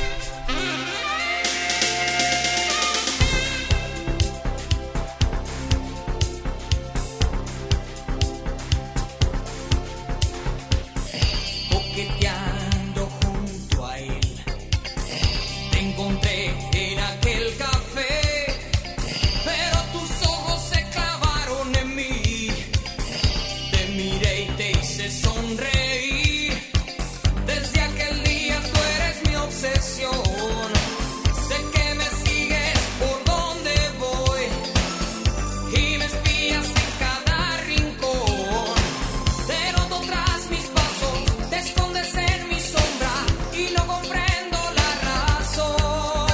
Coqueteando junto a él, te encontré en aquel café, pero tus ojos se clavaron en mí. Te miré y te hice sonreír. Desde aquel día tú eres mi obsesión. Sé que me sigues por donde voy y me espías en cada rincón. Te noto tras mis pasos, te escondes en mi sombra y no comprendo la razón.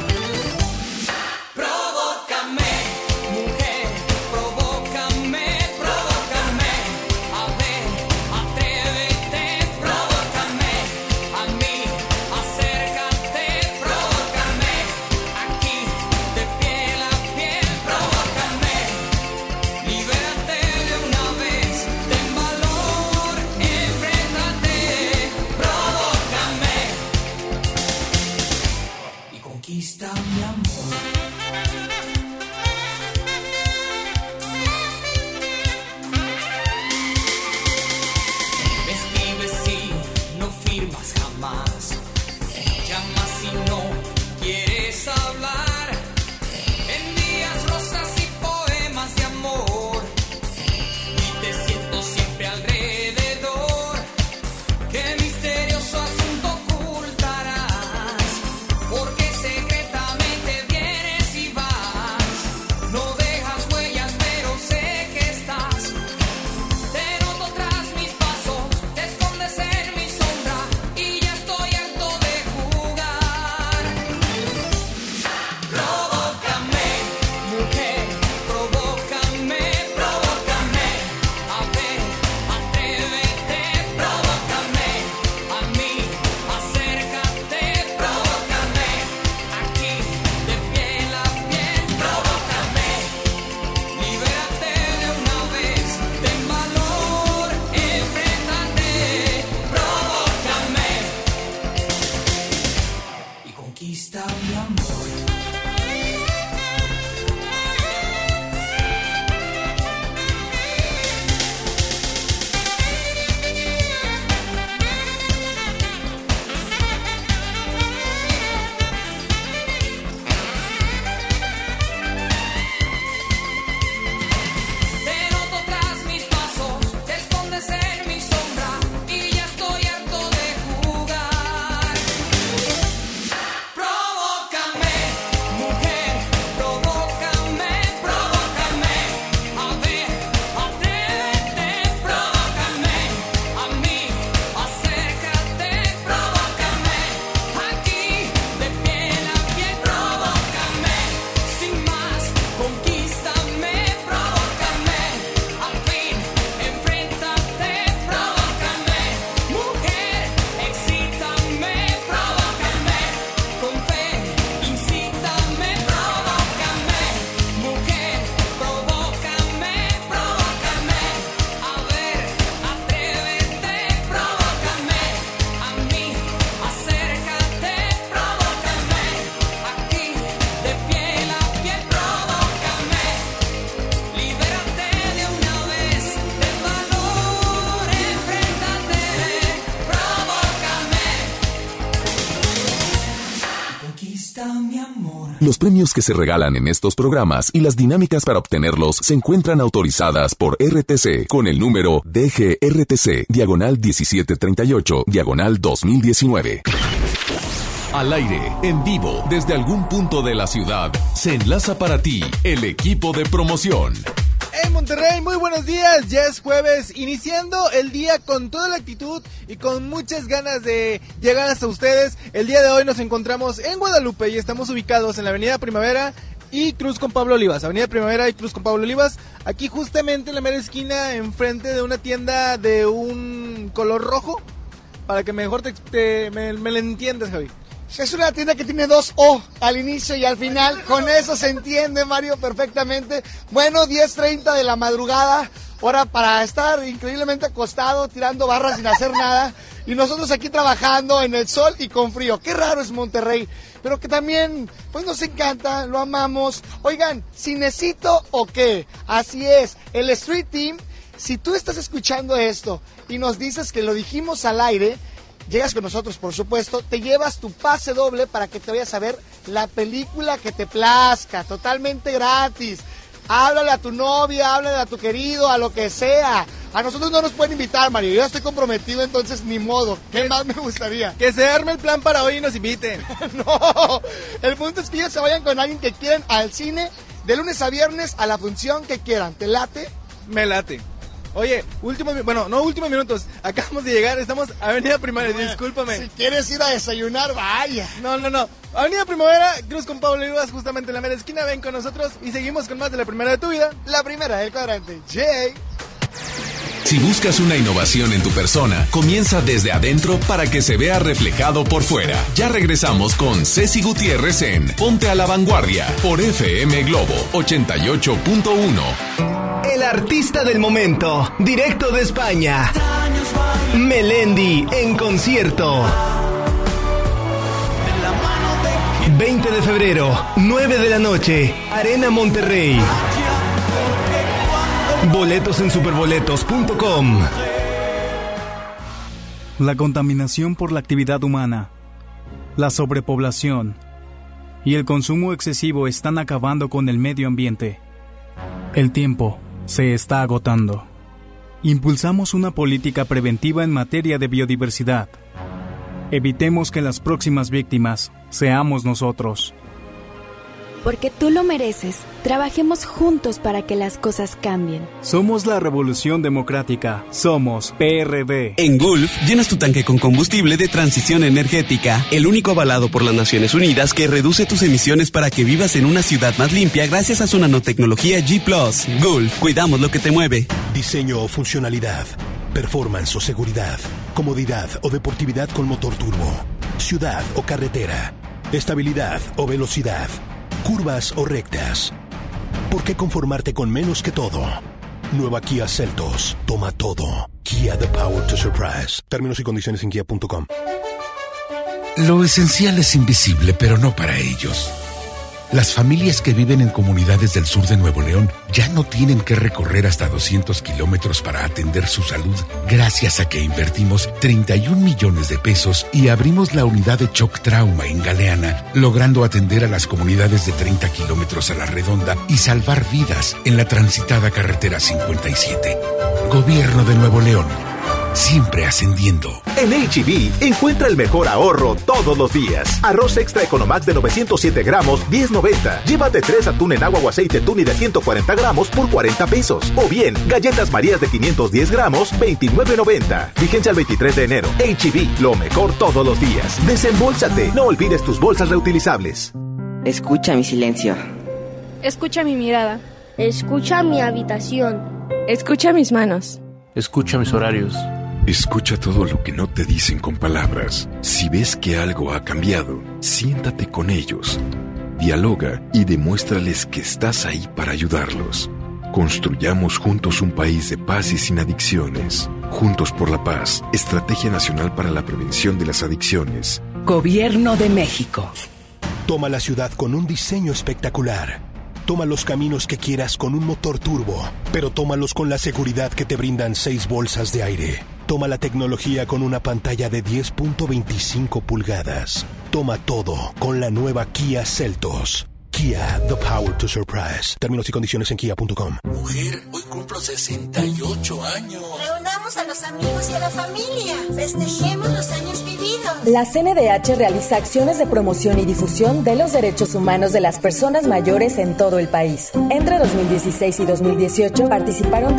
Provócame, mujer, provócame, provócame. A ver, atrévete, provócame. A mí, acércate, provócame. Aquí, de piel a piel, provócame. Libérate de una vez, ten valor, enfréntate, provócame. Y conquista mi amor. Me escribes y no firmas jamás. Llamas y no quieres hablar. Envías rosas y poemas de amor. Y te siento siempre alrededor. Qué misterioso asunto ocultarás. Porque secretamente vienes y vas. No dejas huellas, pero sé que estás. Te noto tras mis pasos, te escondes en mi sombra y ya estoy harto de jugar. Provócame, mujer, provócame, provócame. A ver, atrévete, provócame. A mí, acércate, provócame. Aquí, de piel a piel, provócame. Libérate de una vez, ten valor, enfréntate, provócame. Y conquista mi amor. Te noto tras mis pasos, te escondes en mi sombra y ya estoy harto de jugar. Provócame, mujer, provócame, provócame. A ver, atrévete, provócame. A mí, acércate, provócame. Aquí, de piel a piel, provócame. Sin más, conquístame, provócame. Al fin, enfréntate, provócame. Mujer, excítame, provócame. Con fe, incítame, provócame. Mujer, provócame, provócame. A ver, atrévete, provócame. A mí, acércate, provócame. Aquí, de piel a piel, provócame. Libérate de una vez, ten valor, enfréntate, provócame. Conquista mi amor. Los premios que se regalan en estos programas y las dinámicas para obtenerlos se encuentran autorizadas por RTC con el número DGRTC, diagonal 1738, diagonal 2019. Al aire, en vivo, desde algún punto de la ciudad, se enlaza para ti el equipo de promoción. En Monterrey, muy buenos días, ya es jueves, iniciando el día con toda la actitud y con muchas ganas de llegar hasta ustedes. El día de hoy nos encontramos en Guadalupe y estamos ubicados en la Avenida Primavera y Cruz con Pablo Olivas. Avenida Primavera y Cruz con Pablo Olivas, aquí justamente en la mera esquina, enfrente de una tienda de un color rojo, para que mejor me lo entiendas, Javi. Es una tienda que tiene 2 O al inicio y al final. Con eso se entiende, Mario, perfectamente. Bueno, 10:30 de la madrugada. Hora para estar increíblemente acostado, tirando barras sin hacer nada. Y nosotros aquí trabajando en el sol y con frío. Qué raro es Monterrey. Pero que también, pues nos encanta, lo amamos. Oigan, ¿cinecito o qué? Así es, el Street Team. Si tú estás escuchando esto y nos dices que lo dijimos al aire, llegas con nosotros, por supuesto, te llevas tu pase doble para que te vayas a ver la película que te plazca, totalmente gratis. Háblale a tu novia, háblale a tu querido, a lo que sea. A nosotros no nos pueden invitar, Mario. Yo ya estoy comprometido, entonces ni modo. ¿Qué más me gustaría? Que se arme el plan para hoy y nos inviten. No, el punto es que ellos se vayan con alguien que quieran al cine de lunes a viernes a la función que quieran. ¿Te late? Me late. Oye, últimos minutos. Acabamos de llegar, estamos Avenida Primavera, discúlpame. Si quieres ir a desayunar, vaya. No. Avenida Primavera, Cruz con Pablo Rivas, justamente en la mera esquina. Ven con nosotros y seguimos con más de La Primera de tu Vida. La Primera del Cuadrante. Jay. Si buscas una innovación en tu persona, comienza desde adentro para que se vea reflejado por fuera. Ya regresamos con Ceci Gutiérrez en Ponte a la Vanguardia por FM Globo 88.1. El artista del momento, directo de España. Melendi en concierto. 20 de febrero, 9 de la noche, Arena Monterrey. Boletos en superboletos.com. La contaminación por la actividad humana, la sobrepoblación y el consumo excesivo están acabando con el medio ambiente. El tiempo se está agotando. Impulsamos una política preventiva en materia de biodiversidad. Evitemos que las próximas víctimas seamos nosotros. Porque tú lo mereces. Trabajemos juntos para que las cosas cambien. Somos la Revolución Democrática. Somos PRD. En Gulf, llenas tu tanque con combustible de transición energética, el único avalado por las Naciones Unidas que reduce tus emisiones para que vivas en una ciudad más limpia gracias a su nanotecnología G+. Gulf, cuidamos lo que te mueve. Diseño o funcionalidad, performance o seguridad, comodidad o deportividad con motor turbo, ciudad o carretera, estabilidad o velocidad, curvas o rectas. ¿Por qué conformarte con menos que todo? Nueva Kia Seltos. Toma todo. Kia, the power to surprise. Términos y condiciones en kia.com. Lo esencial es invisible, pero no para ellos. Las familias que viven en comunidades del sur de Nuevo León ya no tienen que recorrer hasta 200 kilómetros para atender su salud gracias a que invertimos 31 millones de pesos y abrimos la unidad de Shock Trauma en Galeana, logrando atender a las comunidades de 30 kilómetros a la redonda y salvar vidas en la transitada carretera 57. Gobierno de Nuevo León. Siempre ascendiendo. En H-E-B, encuentra el mejor ahorro todos los días. Arroz extra Economax de 907 gramos, $10.90. Llévate 3 atún en agua o aceite tuni de 140 gramos por $40. O bien, galletas Marías de 510 gramos, $29.90. Vigencia al 23 de enero. H-E-B, lo mejor todos los días. Desembolsate. No olvides tus bolsas reutilizables. Escucha mi silencio. Escucha mi mirada. Escucha mi habitación. Escucha mis manos. Escucha mis horarios. Escucha todo lo que no te dicen con palabras. Si ves que algo ha cambiado, siéntate con ellos. Dialoga y demuéstrales que estás ahí para ayudarlos. Construyamos juntos un país de paz y sin adicciones. Juntos por la Paz, Estrategia Nacional para la Prevención de las Adicciones. Gobierno de México. Toma la ciudad con un diseño espectacular. Toma los caminos que quieras con un motor turbo, pero tómalos con la seguridad que te brindan 6 bolsas de aire. Toma la tecnología con una pantalla de 10.25 pulgadas. Toma todo con la nueva Kia Seltos. Kia, the power to surprise. Términos y condiciones en kia.com. Mujer, hoy cumplo 68 años. Reunamos a los amigos y a la familia. Festejemos los años vividos. La CNDH realiza acciones de promoción y difusión de los derechos humanos de las personas mayores en todo el país. Entre 2016 y 2018 participaron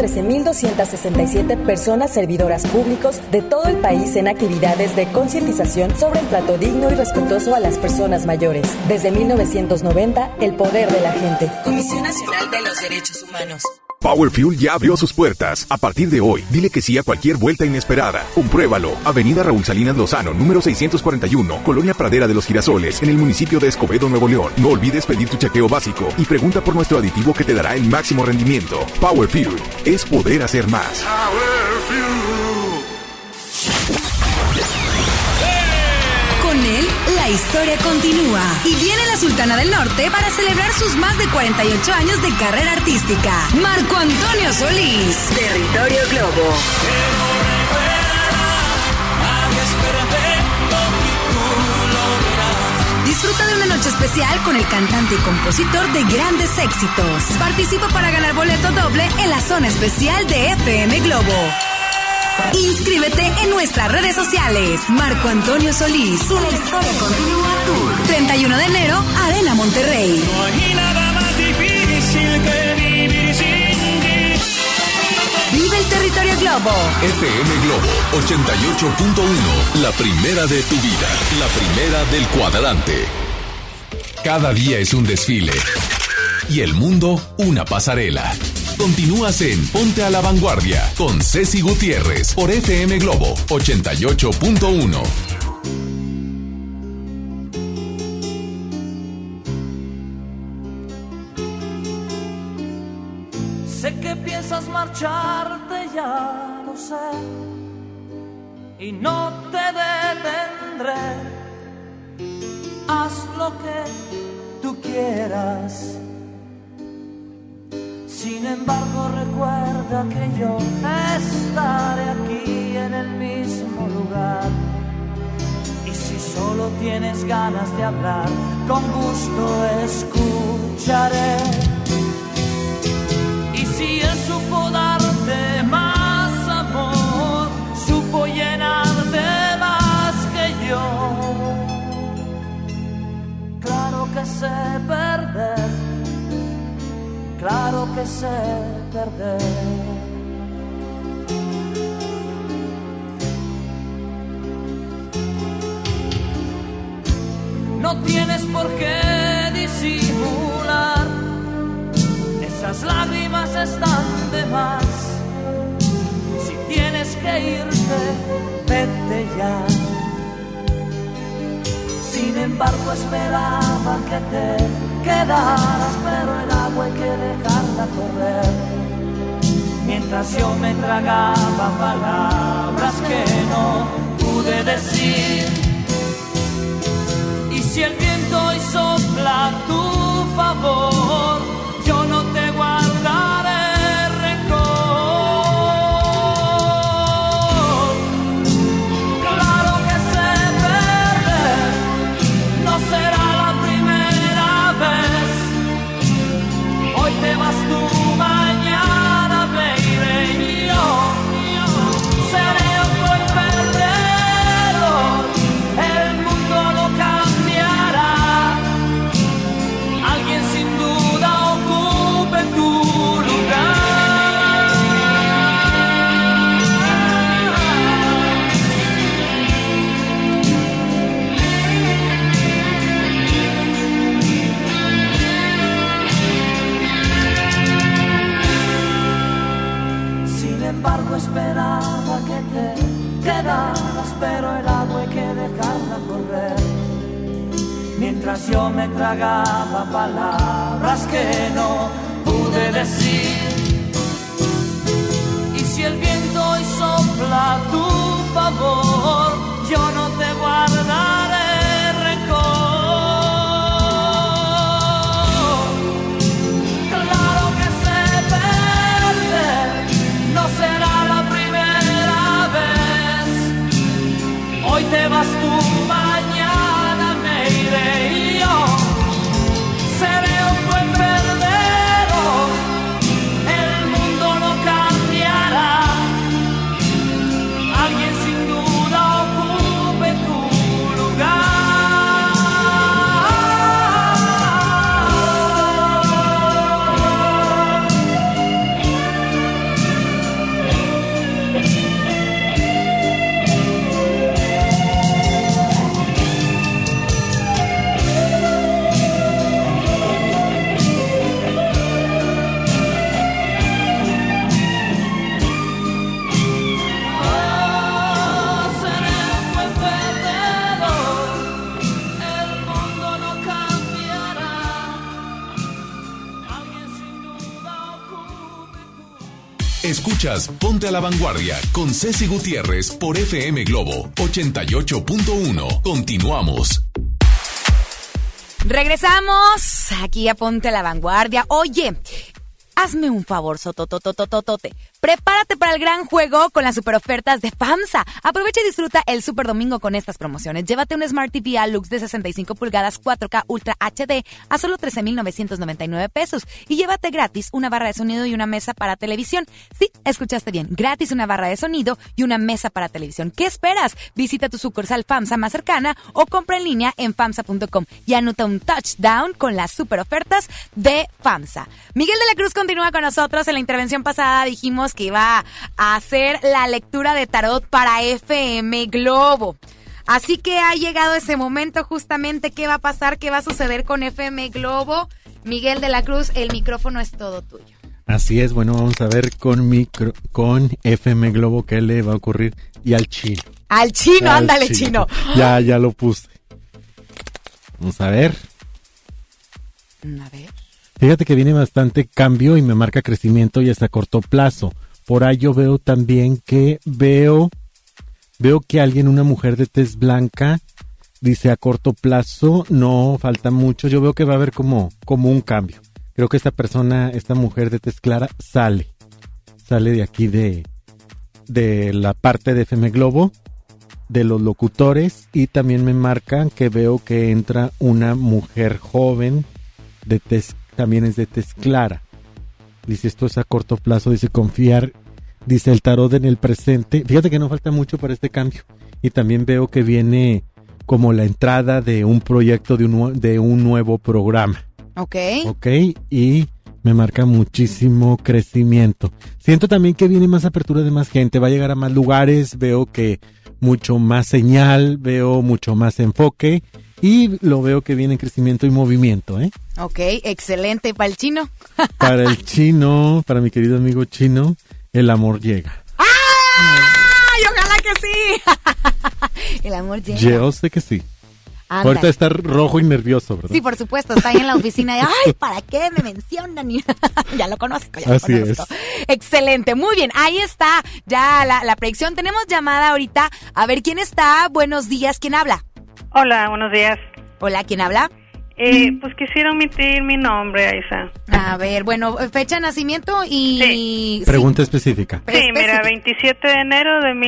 13.267 personas servidoras públicos de todo el país en actividades de concientización sobre el trato digno y respetuoso a las personas mayores. Desde 1990, el poder de la gente. Comisión Nacional de los Derechos Humanos. Power Fuel ya abrió sus puertas. A partir de hoy, dile que sí a cualquier vuelta inesperada. Compruébalo. Avenida Raúl Salinas Lozano, número 641, Colonia Pradera de los Girasoles, en el municipio de Escobedo, Nuevo León. No olvides pedir tu chequeo básico y pregunta por nuestro aditivo que te dará el máximo rendimiento. Power Fuel es poder hacer más. Con él, la historia continúa. Y viene la Sultana del Norte para celebrar sus más de 48 años de carrera artística. Marco Antonio Solís. Territorio Globo. Disfruta de una noche especial con el cantante y compositor de grandes éxitos. Participa para ganar boleto doble en la zona especial de FM Globo. Inscríbete en nuestras redes sociales. Marco Antonio Solís. Y la historia continúa Tour. 31 de enero, Arena Monterrey. No hay nada más difícil que vivir sin ti. Vive el Territorio Globo. FM Globo 88.1, la primera de tu vida, la primera del cuadrante. Cada día es un desfile y el mundo una pasarela. Continúas en Ponte a la Vanguardia con Ceci Gutiérrez por FM Globo 88.1. Sé que piensas marcharte, ya lo sé, y no te detendré. Haz lo que tú quieras. Sin embargo, recuerda que yo estaré aquí en el mismo lugar. Y si solo tienes ganas de hablar, con gusto escucharé. Y si él supo darte más amor, supo llenarte más que yo. Claro que sé perder. Claro que sé perder. No tienes por qué disimular, esas lágrimas están de más. Si tienes que irte, vete ya. Sin embargo, esperaba que te quedaras, pero el agua hay que dejarla correr. Mientras yo me tragaba palabras que no pude decir. Y si el viento hoy sopla a tu favor, yo no te guardaré rencor. Claro que sé perder, no será la primera vez. Hoy te vas tú, mañana me iré yo. Seré un buen perdedor, el mundo lo cambiará. Alguien sin duda ocupe tu lugar. Sin embargo, esperaba que te quedaras, pero el agua hay que dejarla correr. Mientras yo me tragaba palabras que no pude decir. Y si el viento hoy sopla a tu favor, yo no te guardaré rencor. Claro que sé perder, no será la primera vez. Hoy te vas tú, mañana me iré yo. Seré un buen perdedor, el mundo no cambiará. Alguien Escuchas Ponte a la Vanguardia con Ceci Gutiérrez por FM Globo 88.1. Continuamos. Regresamos aquí a Ponte a la Vanguardia. Oye, hazme un favor, sotototototote. Prepárate para el gran juego con las super ofertas de FAMSA. Aprovecha y disfruta el Super Domingo con estas promociones. Llévate un Smart TV Alux de 65 pulgadas 4K Ultra HD a solo 13,999 pesos. Y llévate gratis una barra de sonido y una mesa para televisión. Sí, escuchaste bien. Gratis una barra de sonido y una mesa para televisión. ¿Qué esperas? Visita tu sucursal FAMSA más cercana o compra en línea en FAMSA.com y anota un touchdown con las super ofertas de FAMSA. Miguel de la Cruz continúa con nosotros. En la intervención pasada dijimos que iba a hacer la lectura de tarot para FM Globo. Así que ha llegado ese momento justamente. ¿Qué va a pasar? ¿Qué va a suceder con FM Globo? Miguel de la Cruz, el micrófono es todo tuyo. Así es, bueno, vamos a ver con FM Globo qué le va a ocurrir. Y al chino. Al chino, ándale chino. Ya lo puse. Vamos a ver. A ver. Fíjate que viene bastante cambio y me marca crecimiento y hasta a corto plazo. Por ahí yo veo también que veo que alguien, una mujer de tez blanca, dice a corto plazo, no falta mucho. Yo veo que va a haber como un cambio. Creo que esta mujer de tez clara sale de aquí de la parte de FM Globo, de los locutores, y también me marcan que veo que entra una mujer joven de tez, también es de tez clara. Dice, esto es a corto plazo, dice confiar, dice el tarot en el presente. Fíjate que no falta mucho para este cambio. Y también veo que viene como la entrada de un proyecto de un nuevo programa. Ok, y me marca muchísimo crecimiento. Siento también que viene más apertura de más gente, va a llegar a más lugares, veo que mucho más señal, veo mucho más enfoque y lo veo que viene crecimiento y movimiento, ¿eh? Ok, excelente. ¿Para el chino? Para el chino, para mi querido amigo chino, el amor llega. ¡Ay, ojalá que sí! El amor llega. Yo sé que sí. Ándale. Ahorita está rojo y nervioso, ¿verdad? Sí, por supuesto, está ahí en la oficina de, ay, ¿para qué me mencionan? Ya lo conozco, Así es. Excelente, muy bien, ahí está ya la predicción. Tenemos llamada ahorita, a ver quién está. Buenos días, ¿quién habla? Hola, buenos días. Hola, ¿quién habla? Pues quisiera omitir mi nombre, Aisa. A ver, bueno, fecha de nacimiento y... Sí. Pregunta específica. Sí, mira, 27 de enero de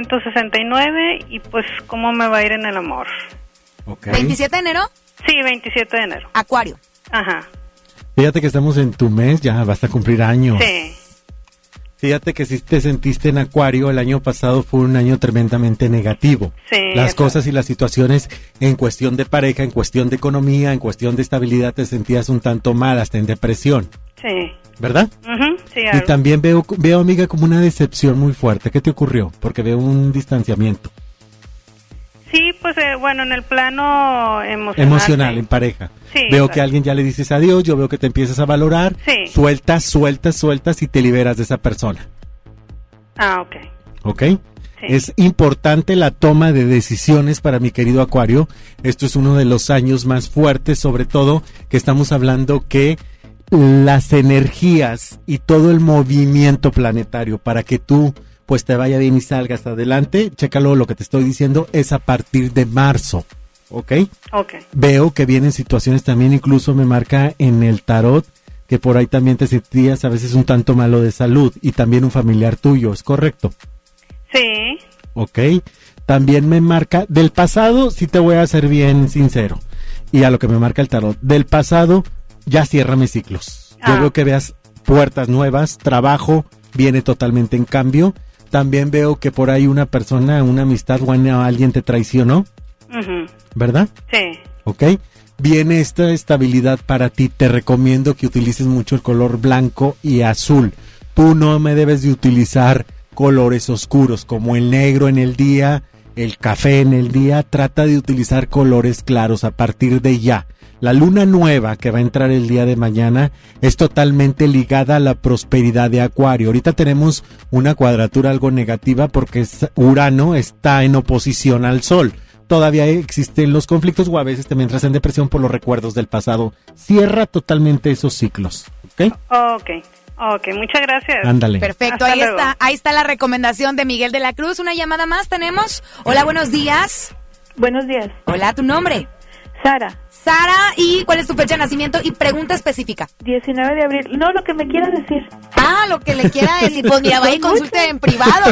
1969 y pues, ¿cómo me va a ir en el amor? Okay. ¿27 de enero? Sí, 27 de enero. Acuario. Ajá. Fíjate que estamos en tu mes, ya vas a cumplir años. Sí. Fíjate que si te sentiste en Acuario, el año pasado fue un año tremendamente negativo. Sí. Las cosas y las situaciones en cuestión de pareja, en cuestión de economía, en cuestión de estabilidad, te sentías un tanto mal, hasta en depresión. Sí. ¿Verdad? Sí. Y también veo, amiga, como una decepción muy fuerte. ¿Qué te ocurrió? Porque veo un distanciamiento. Sí, pues bueno, en el plano emocional. Emocional, sí. En pareja. Sí, veo exacto. que a alguien ya le dices adiós, yo veo que te empiezas a valorar. Sí. Sueltas y te liberas de esa persona. Ah, ok. ¿Ok? Sí. Es importante la toma de decisiones para mi querido Acuario. Esto es uno de los años más fuertes, sobre todo que estamos hablando que las energías y todo el movimiento planetario para que tú pues te vaya bien y salgas adelante, chécalo, lo que te estoy diciendo es a partir de marzo, ¿ok? Ok. Veo que vienen situaciones también, incluso me marca en el tarot, que por ahí también te sentías a veces un tanto malo de salud, y también un familiar tuyo, ¿es correcto? Sí. Ok. También me marca, del pasado, sí te voy a ser bien sincero, y a lo que me marca el tarot, del pasado, ya ciérrame ciclos. Yo veo que veas puertas nuevas, trabajo, viene totalmente en cambio. También veo que por ahí una persona, una amistad o alguien te traicionó, ¿verdad? Sí. Ok. Viene esta estabilidad para ti. Te recomiendo que utilices mucho el color blanco y azul. Tú no me debes de utilizar colores oscuros como el negro en el día, el café en el día. Trata de utilizar colores claros a partir de ya. La luna nueva que va a entrar el día de mañana es totalmente ligada a la prosperidad de Acuario. Ahorita tenemos una cuadratura algo negativa porque Urano está en oposición al Sol. Todavía existen los conflictos o a veces te entras en depresión por los recuerdos del pasado. Cierra totalmente esos ciclos, ¿ok? Ok. Ok, muchas gracias. Ándale. Perfecto, ahí está la recomendación de Miguel de la Cruz. Una llamada más tenemos. Hola, buenos días. Buenos días. Hola, ¿tu nombre? Sara. Sara, ¿y cuál es tu fecha de nacimiento? Y pregunta específica. 19 de abril. No, lo que me quiera decir. Ah, lo que le quiera decir. Pues mira, vaya y consulte en privado.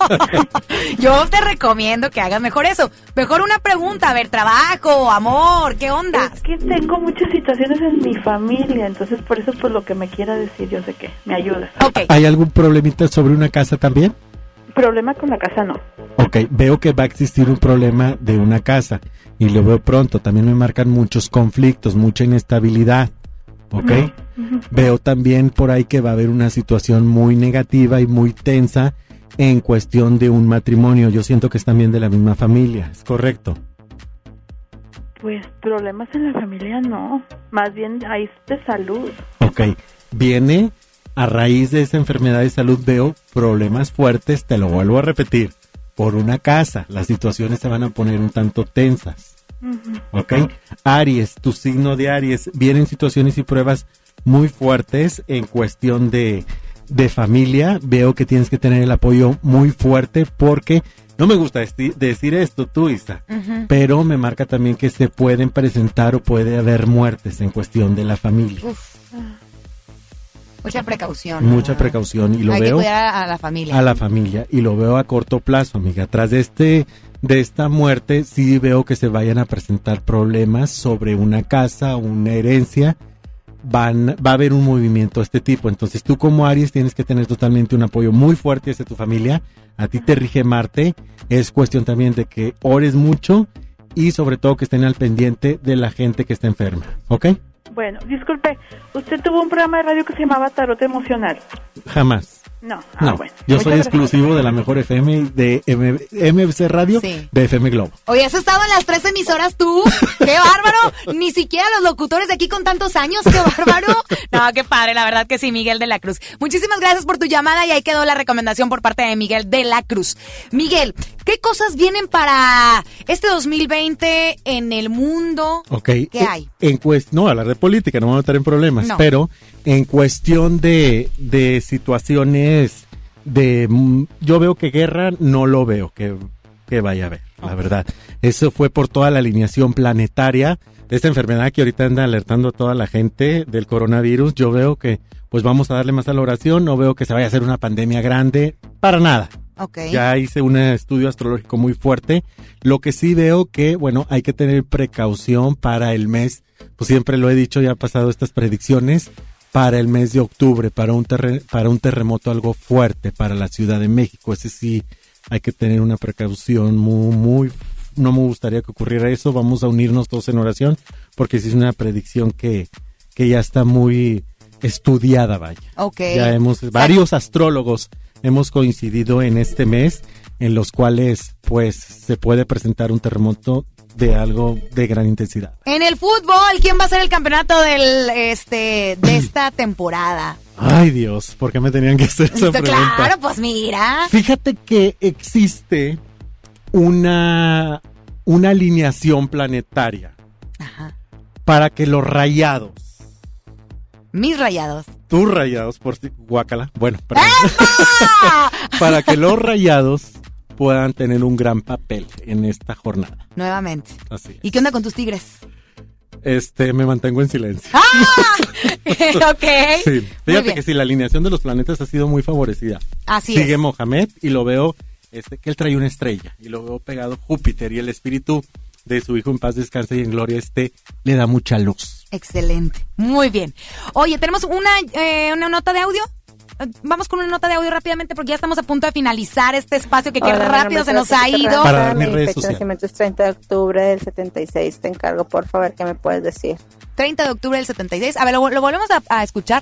Yo te recomiendo que hagas mejor eso. Mejor una pregunta, a ver, trabajo, amor, ¿qué onda? Es que tengo muchas situaciones en mi familia, entonces por eso pues lo que me quiera decir, yo sé que me ayuda. Okay. ¿Hay algún problemita sobre una casa también? Problema con la casa no. Ok, veo que va a existir un problema de una casa y lo veo pronto. También me marcan muchos conflictos, mucha inestabilidad. Ok, veo también por ahí que va a haber una situación muy negativa y muy tensa en cuestión de un matrimonio. Yo siento que es también de la misma familia, ¿es correcto? Pues problemas en la familia no, más bien hay de salud. Ok, viene a raíz de esa enfermedad de salud, veo problemas fuertes, te lo vuelvo a repetir, por una casa. Las situaciones se van a poner un tanto tensas. Ok, Aries, tu signo de Aries, vienen situaciones y pruebas muy fuertes en cuestión de familia. Veo que tienes que tener el apoyo muy fuerte porque no me gusta decir esto tú, Isa, pero me marca también que se pueden presentar o puede haber muertes en cuestión de la familia. Mucha precaución. Mucha precaución y lo Hay veo que cuidar a la familia. A la familia y lo veo a corto plazo, amiga. Tras de esta muerte sí veo que se vayan a presentar problemas sobre una casa, una herencia. Va a haber un movimiento de este tipo. Entonces tú como Aries tienes que tener totalmente un apoyo muy fuerte hacia tu familia. A ti te rige Marte. Es cuestión también de que ores mucho y sobre todo que estén al pendiente de la gente que está enferma. ¿Ok? Bueno, disculpe, usted tuvo un programa de radio que se llamaba Tarot Emocional. Jamás. No, bueno. Yo soy exclusivo de la mejor FM de MBC Radio, de FM Globo. Oye, ¿has estado en las 3 emisoras tú? ¡Qué bárbaro! Ni siquiera los locutores de aquí con tantos años, ¡qué bárbaro! No, qué padre, la verdad que sí, Miguel de la Cruz. Muchísimas gracias por tu llamada y ahí quedó la recomendación por parte de Miguel de la Cruz. Miguel, ¿qué cosas vienen para este 2020 en el mundo? Okay. ¿Qué hay? No, hablar de política, no me voy a meter en problemas, pero en cuestión de situaciones yo veo que guerra no lo veo que vaya a haber, la verdad. Eso fue por toda la alineación planetaria de esta enfermedad que ahorita anda alertando a toda la gente del coronavirus. Yo veo que pues vamos a darle más a la oración, no veo que se vaya a hacer una pandemia grande, para nada. Okay. Ya hice un estudio astrológico muy fuerte. Lo que sí veo que, bueno, hay que tener precaución para el mes, pues siempre lo he dicho, ya ha pasado estas predicciones, para el mes de octubre, para un terremoto algo fuerte para la Ciudad de México. Ese sí hay que tener una precaución muy, no me gustaría que ocurriera eso. Vamos a unirnos todos en oración, porque sí es una predicción que ya está muy estudiada, vaya. Okay. Ya varios astrólogos hemos coincidido en este mes, en los cuales pues se puede presentar un terremoto de algo de gran intensidad. En el fútbol, ¿quién va a ser el campeonato de esta temporada? Ay, Dios, ¿por qué me tenían que hacer esa pregunta? Claro, pues mira. Fíjate que existe una alineación planetaria para que los Rayados. Mis Rayados. Tus Rayados, por guácala. Bueno, perdón. Para que los Rayados puedan tener un gran papel en esta jornada. Nuevamente. Así es. ¿Y qué onda con tus Tigres? Me mantengo en silencio. Ok. Sí. Fíjate que sí, la alineación de los planetas ha sido muy favorecida. Así es. Sigue Mohamed y lo veo, que él trae una estrella y lo veo pegado Júpiter y el espíritu de su hijo en paz descanse y en gloria le da mucha luz. Excelente. Muy bien. Oye, tenemos una nota de audio. Vamos con una nota de audio rápidamente porque ya estamos a punto de finalizar este espacio que rápido se nos ha ido. Para dar mis redes sociales. Mi fecha de nacimiento es 30 de octubre del 76. Te encargo, por favor, ¿qué me puedes decir? 30 de octubre del 76. A ver, lo volvemos a escuchar.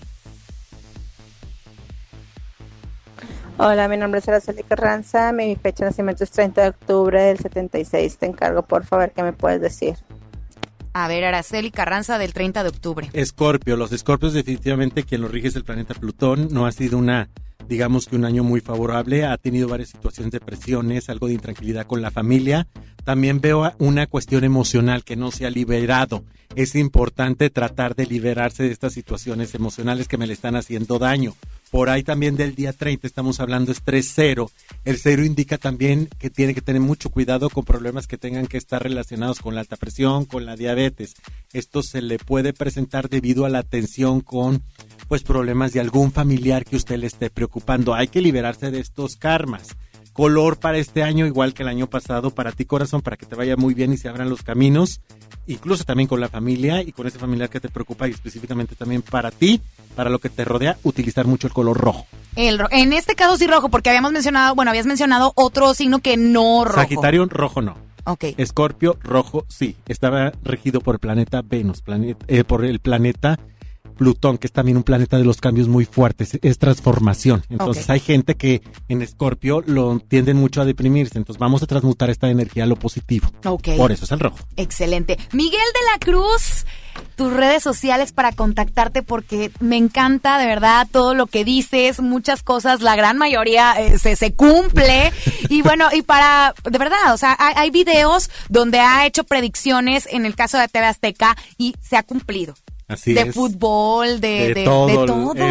Hola, mi nombre es Araceli Carranza. Mi fecha de nacimiento es 30 de octubre del 76. Te encargo, por favor, ¿qué me puedes decir? A ver, Araceli Carranza del 30 de octubre. Escorpio. Los Escorpios definitivamente quien los rige es el planeta Plutón. No ha sido una digamos que un año muy favorable, ha tenido varias situaciones de presiones, algo de intranquilidad con la familia. También veo una cuestión emocional que no se ha liberado. Es importante tratar de liberarse de estas situaciones emocionales que me le están haciendo daño. Por ahí también del día 30 estamos hablando estrés cero. El cero indica también que tiene que tener mucho cuidado con problemas que tengan que estar relacionados con la alta presión, con la diabetes. Esto se le puede presentar debido a la tensión con pues problemas de algún familiar que usted le esté preocupando. Hay que liberarse de estos karmas. Color para este año, igual que el año pasado, para ti, corazón, para que te vaya muy bien y se abran los caminos, incluso también con la familia y con ese familiar que te preocupa, y específicamente también para ti, para lo que te rodea, utilizar mucho el color rojo. En este caso sí rojo, porque habías mencionado otro signo que no rojo. Sagitario, rojo no. Okay. Escorpio, rojo sí. Estaba regido por el planeta Venus, por el planeta Plutón, que es también un planeta de los cambios muy fuertes, es transformación. Entonces hay gente que en Escorpio lo tienden mucho a deprimirse, entonces vamos a transmutar esta energía a lo positivo. Por eso es el rojo. Excelente. Miguel de la Cruz, tus redes sociales para contactarte, porque me encanta de verdad todo lo que dices, muchas cosas, la gran mayoría se cumple. Y bueno, y para, de verdad, o sea, hay videos donde ha hecho predicciones en el caso de TV Azteca y se ha cumplido. Así de es. Fútbol, de todo. El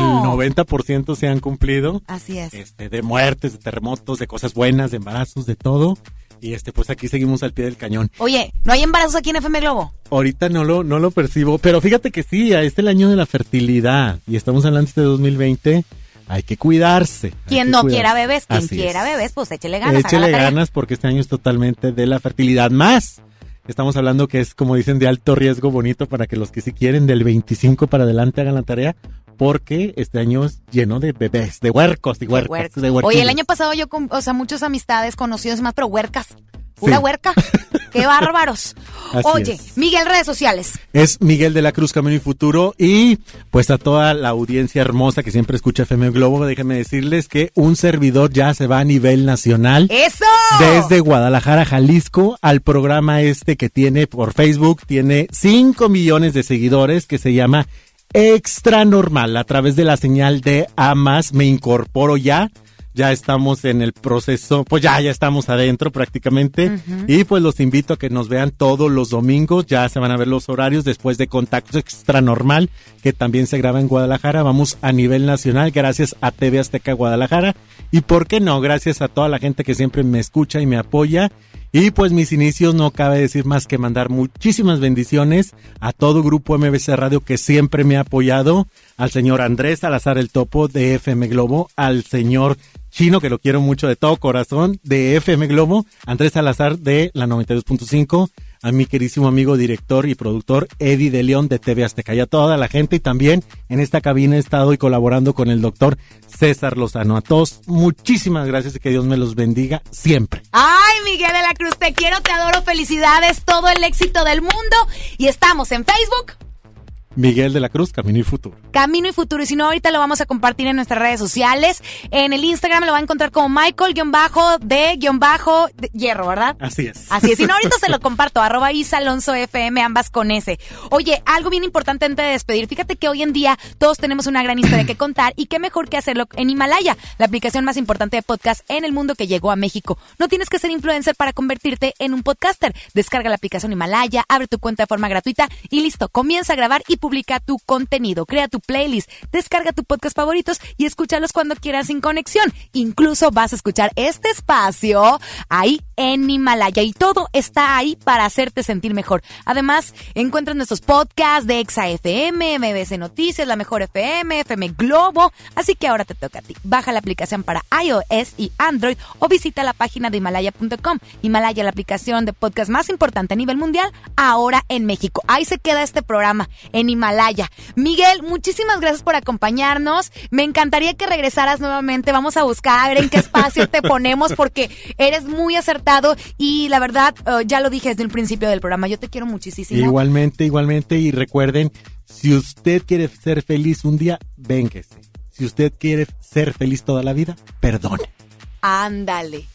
90% se han cumplido. Así es. De muertes, de terremotos, de cosas buenas, de embarazos, de todo. Y pues aquí seguimos al pie del cañón. Oye, ¿no hay embarazos aquí en FM Globo? Ahorita no lo percibo, pero fíjate que sí, es el año de la fertilidad. Y estamos hablando de 2020. Hay que cuidarse. Quien no quiera bebés, pues échele ganas. Échele ganas porque este año es totalmente de la fertilidad. Más, estamos hablando que es, como dicen, de alto riesgo bonito para que los que sí quieren del 25 para adelante hagan la tarea, porque este año es lleno de bebés, de huercos y huercas. Oye, el año pasado yo, muchas amistades, conocidos más, pero huercas. Pura huerca. ¡Qué bárbaros! Oye, Miguel, redes sociales. Es Miguel de la Cruz, Camino y Futuro. Y pues a toda la audiencia hermosa que siempre escucha FM Globo, déjenme decirles que un servidor ya se va a nivel nacional. ¡Eso! Desde Guadalajara, Jalisco, al programa que tiene por Facebook, tiene 5 millones de seguidores, que se llama Extra Normal. A través de la señal de A+, me incorporo ya. Ya estamos en el proceso, pues ya estamos adentro prácticamente. Uh-huh. Y pues los invito a que nos vean todos los domingos. Ya se van a ver los horarios después de Contactos Extra Normal, que también se graba en Guadalajara. Vamos a nivel nacional gracias a TV Azteca Guadalajara. Y por qué no, gracias a toda la gente que siempre me escucha y me apoya. Y pues mis inicios, no cabe decir más que mandar muchísimas bendiciones a todo Grupo MBC Radio que siempre me ha apoyado, al señor Andrés Salazar el Topo de FM Globo, al señor Chino, que lo quiero mucho de todo corazón, de FM Globo, Andrés Salazar de la 92.5, a mi queridísimo amigo director y productor Eddie de León de TV Azteca, y a toda la gente. Y también en esta cabina he estado y colaborando con el doctor César Lozano. A todos, muchísimas gracias y que Dios me los bendiga siempre. Ay, Miguel de la Cruz, te quiero, te adoro, felicidades, todo el éxito del mundo. Y estamos en Facebook. Miguel de la Cruz, Camino y Futuro. Camino y Futuro, y si no, ahorita lo vamos a compartir en nuestras redes sociales. En el Instagram lo va a encontrar como Michael_de_hierro, ¿verdad? Así es. Así es, si no, ahorita se lo comparto, @IsaAlonsoFM, ambas con S. Oye, algo bien importante antes de despedir, fíjate que hoy en día todos tenemos una gran historia que contar, y qué mejor que hacerlo en Himalaya, la aplicación más importante de podcast en el mundo que llegó a México. No tienes que ser influencer para convertirte en un podcaster. Descarga la aplicación Himalaya, abre tu cuenta de forma gratuita y listo, comienza a grabar y publica tu contenido, crea tu playlist, descarga tu podcast favoritos y escúchalos cuando quieras sin conexión. Incluso vas a escuchar este espacio ahí en Himalaya, y todo está ahí para hacerte sentir mejor. Además, encuentras nuestros podcasts de Exa FM, MBC Noticias, La Mejor FM, FM Globo, así que ahora te toca a ti. Baja la aplicación para iOS y Android o visita la página de Himalaya.com. Himalaya, la aplicación de podcast más importante a nivel mundial, ahora en México. Ahí se queda este programa, en Himalaya. Miguel, muchísimas gracias por acompañarnos. Me encantaría que regresaras nuevamente. Vamos a buscar a ver en qué espacio te ponemos, porque eres muy acertado y la verdad, ya lo dije desde el principio del programa, yo te quiero muchísimo. Igualmente, y recuerden, si usted quiere ser feliz un día, véngase. Si usted quiere ser feliz toda la vida, perdone. Ándale.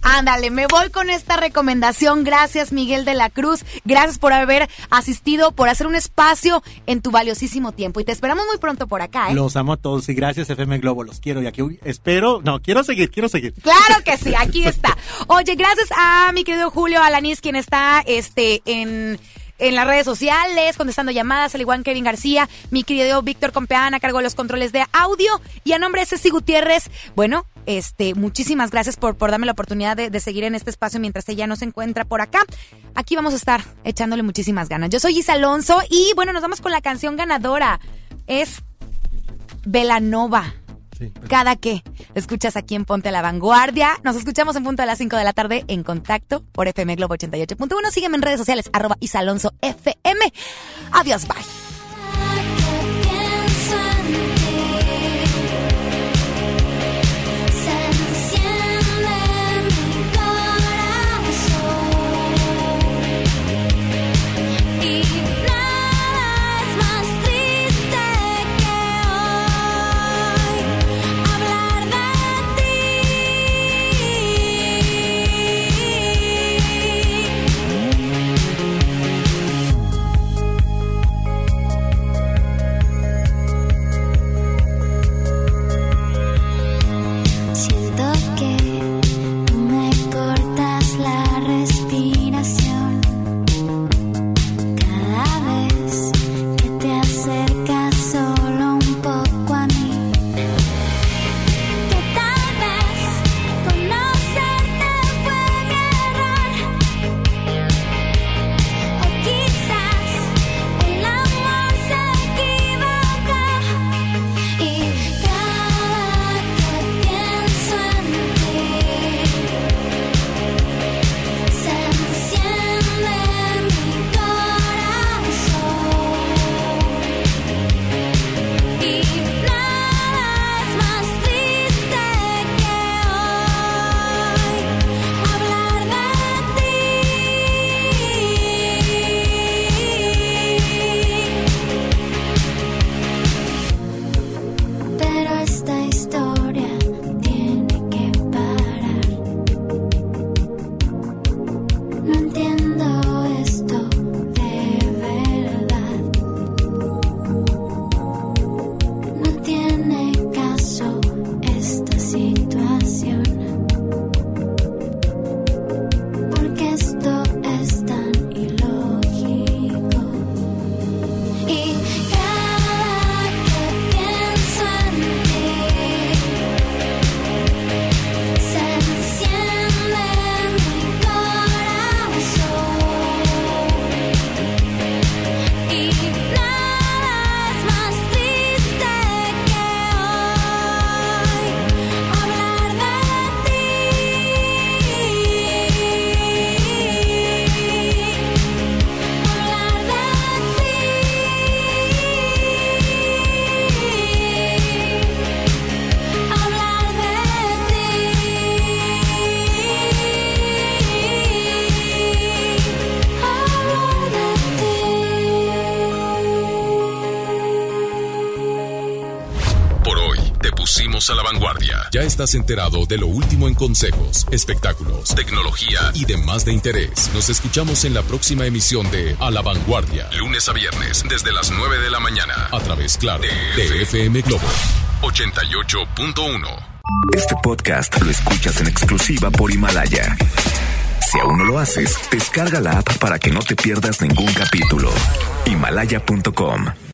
Ándale, me voy con esta recomendación. Gracias, Miguel de la Cruz. Gracias por haber asistido, por hacer un espacio en tu valiosísimo tiempo. Y te esperamos muy pronto por acá, ¿eh? Los amo a todos y gracias, FM Globo. Los quiero y aquí espero. No, quiero seguir. Claro que sí, aquí está. Oye, gracias a mi querido Julio Alanís, quien está en las redes sociales, contestando llamadas, al igual que Kevin García, mi querido Víctor Compeán a cargo de los controles de audio, y a nombre de Ceci Gutiérrez, bueno, muchísimas gracias por darme la oportunidad de seguir en este espacio mientras ella no se encuentra por acá. Aquí vamos a estar echándole muchísimas ganas. Yo soy Isa Alonso y bueno, nos vamos con la canción ganadora. Es Belanova. Sí, Cada que escuchas aquí en Ponte a la Vanguardia. Nos escuchamos en punto de las 5 de la tarde en Contacto por FM Globo 88.1. Sígueme en redes sociales, @IsaAlonsoFM. Adiós, bye. A la vanguardia. Ya estás enterado de lo último en consejos, espectáculos, tecnología y demás de interés. Nos escuchamos en la próxima emisión de A la Vanguardia, lunes a viernes, desde las 9 de la mañana, a través, claro, de FM Globo 88.1. Este podcast lo escuchas en exclusiva por Himalaya. Si aún no lo haces, descarga la app para que no te pierdas ningún capítulo. Himalaya.com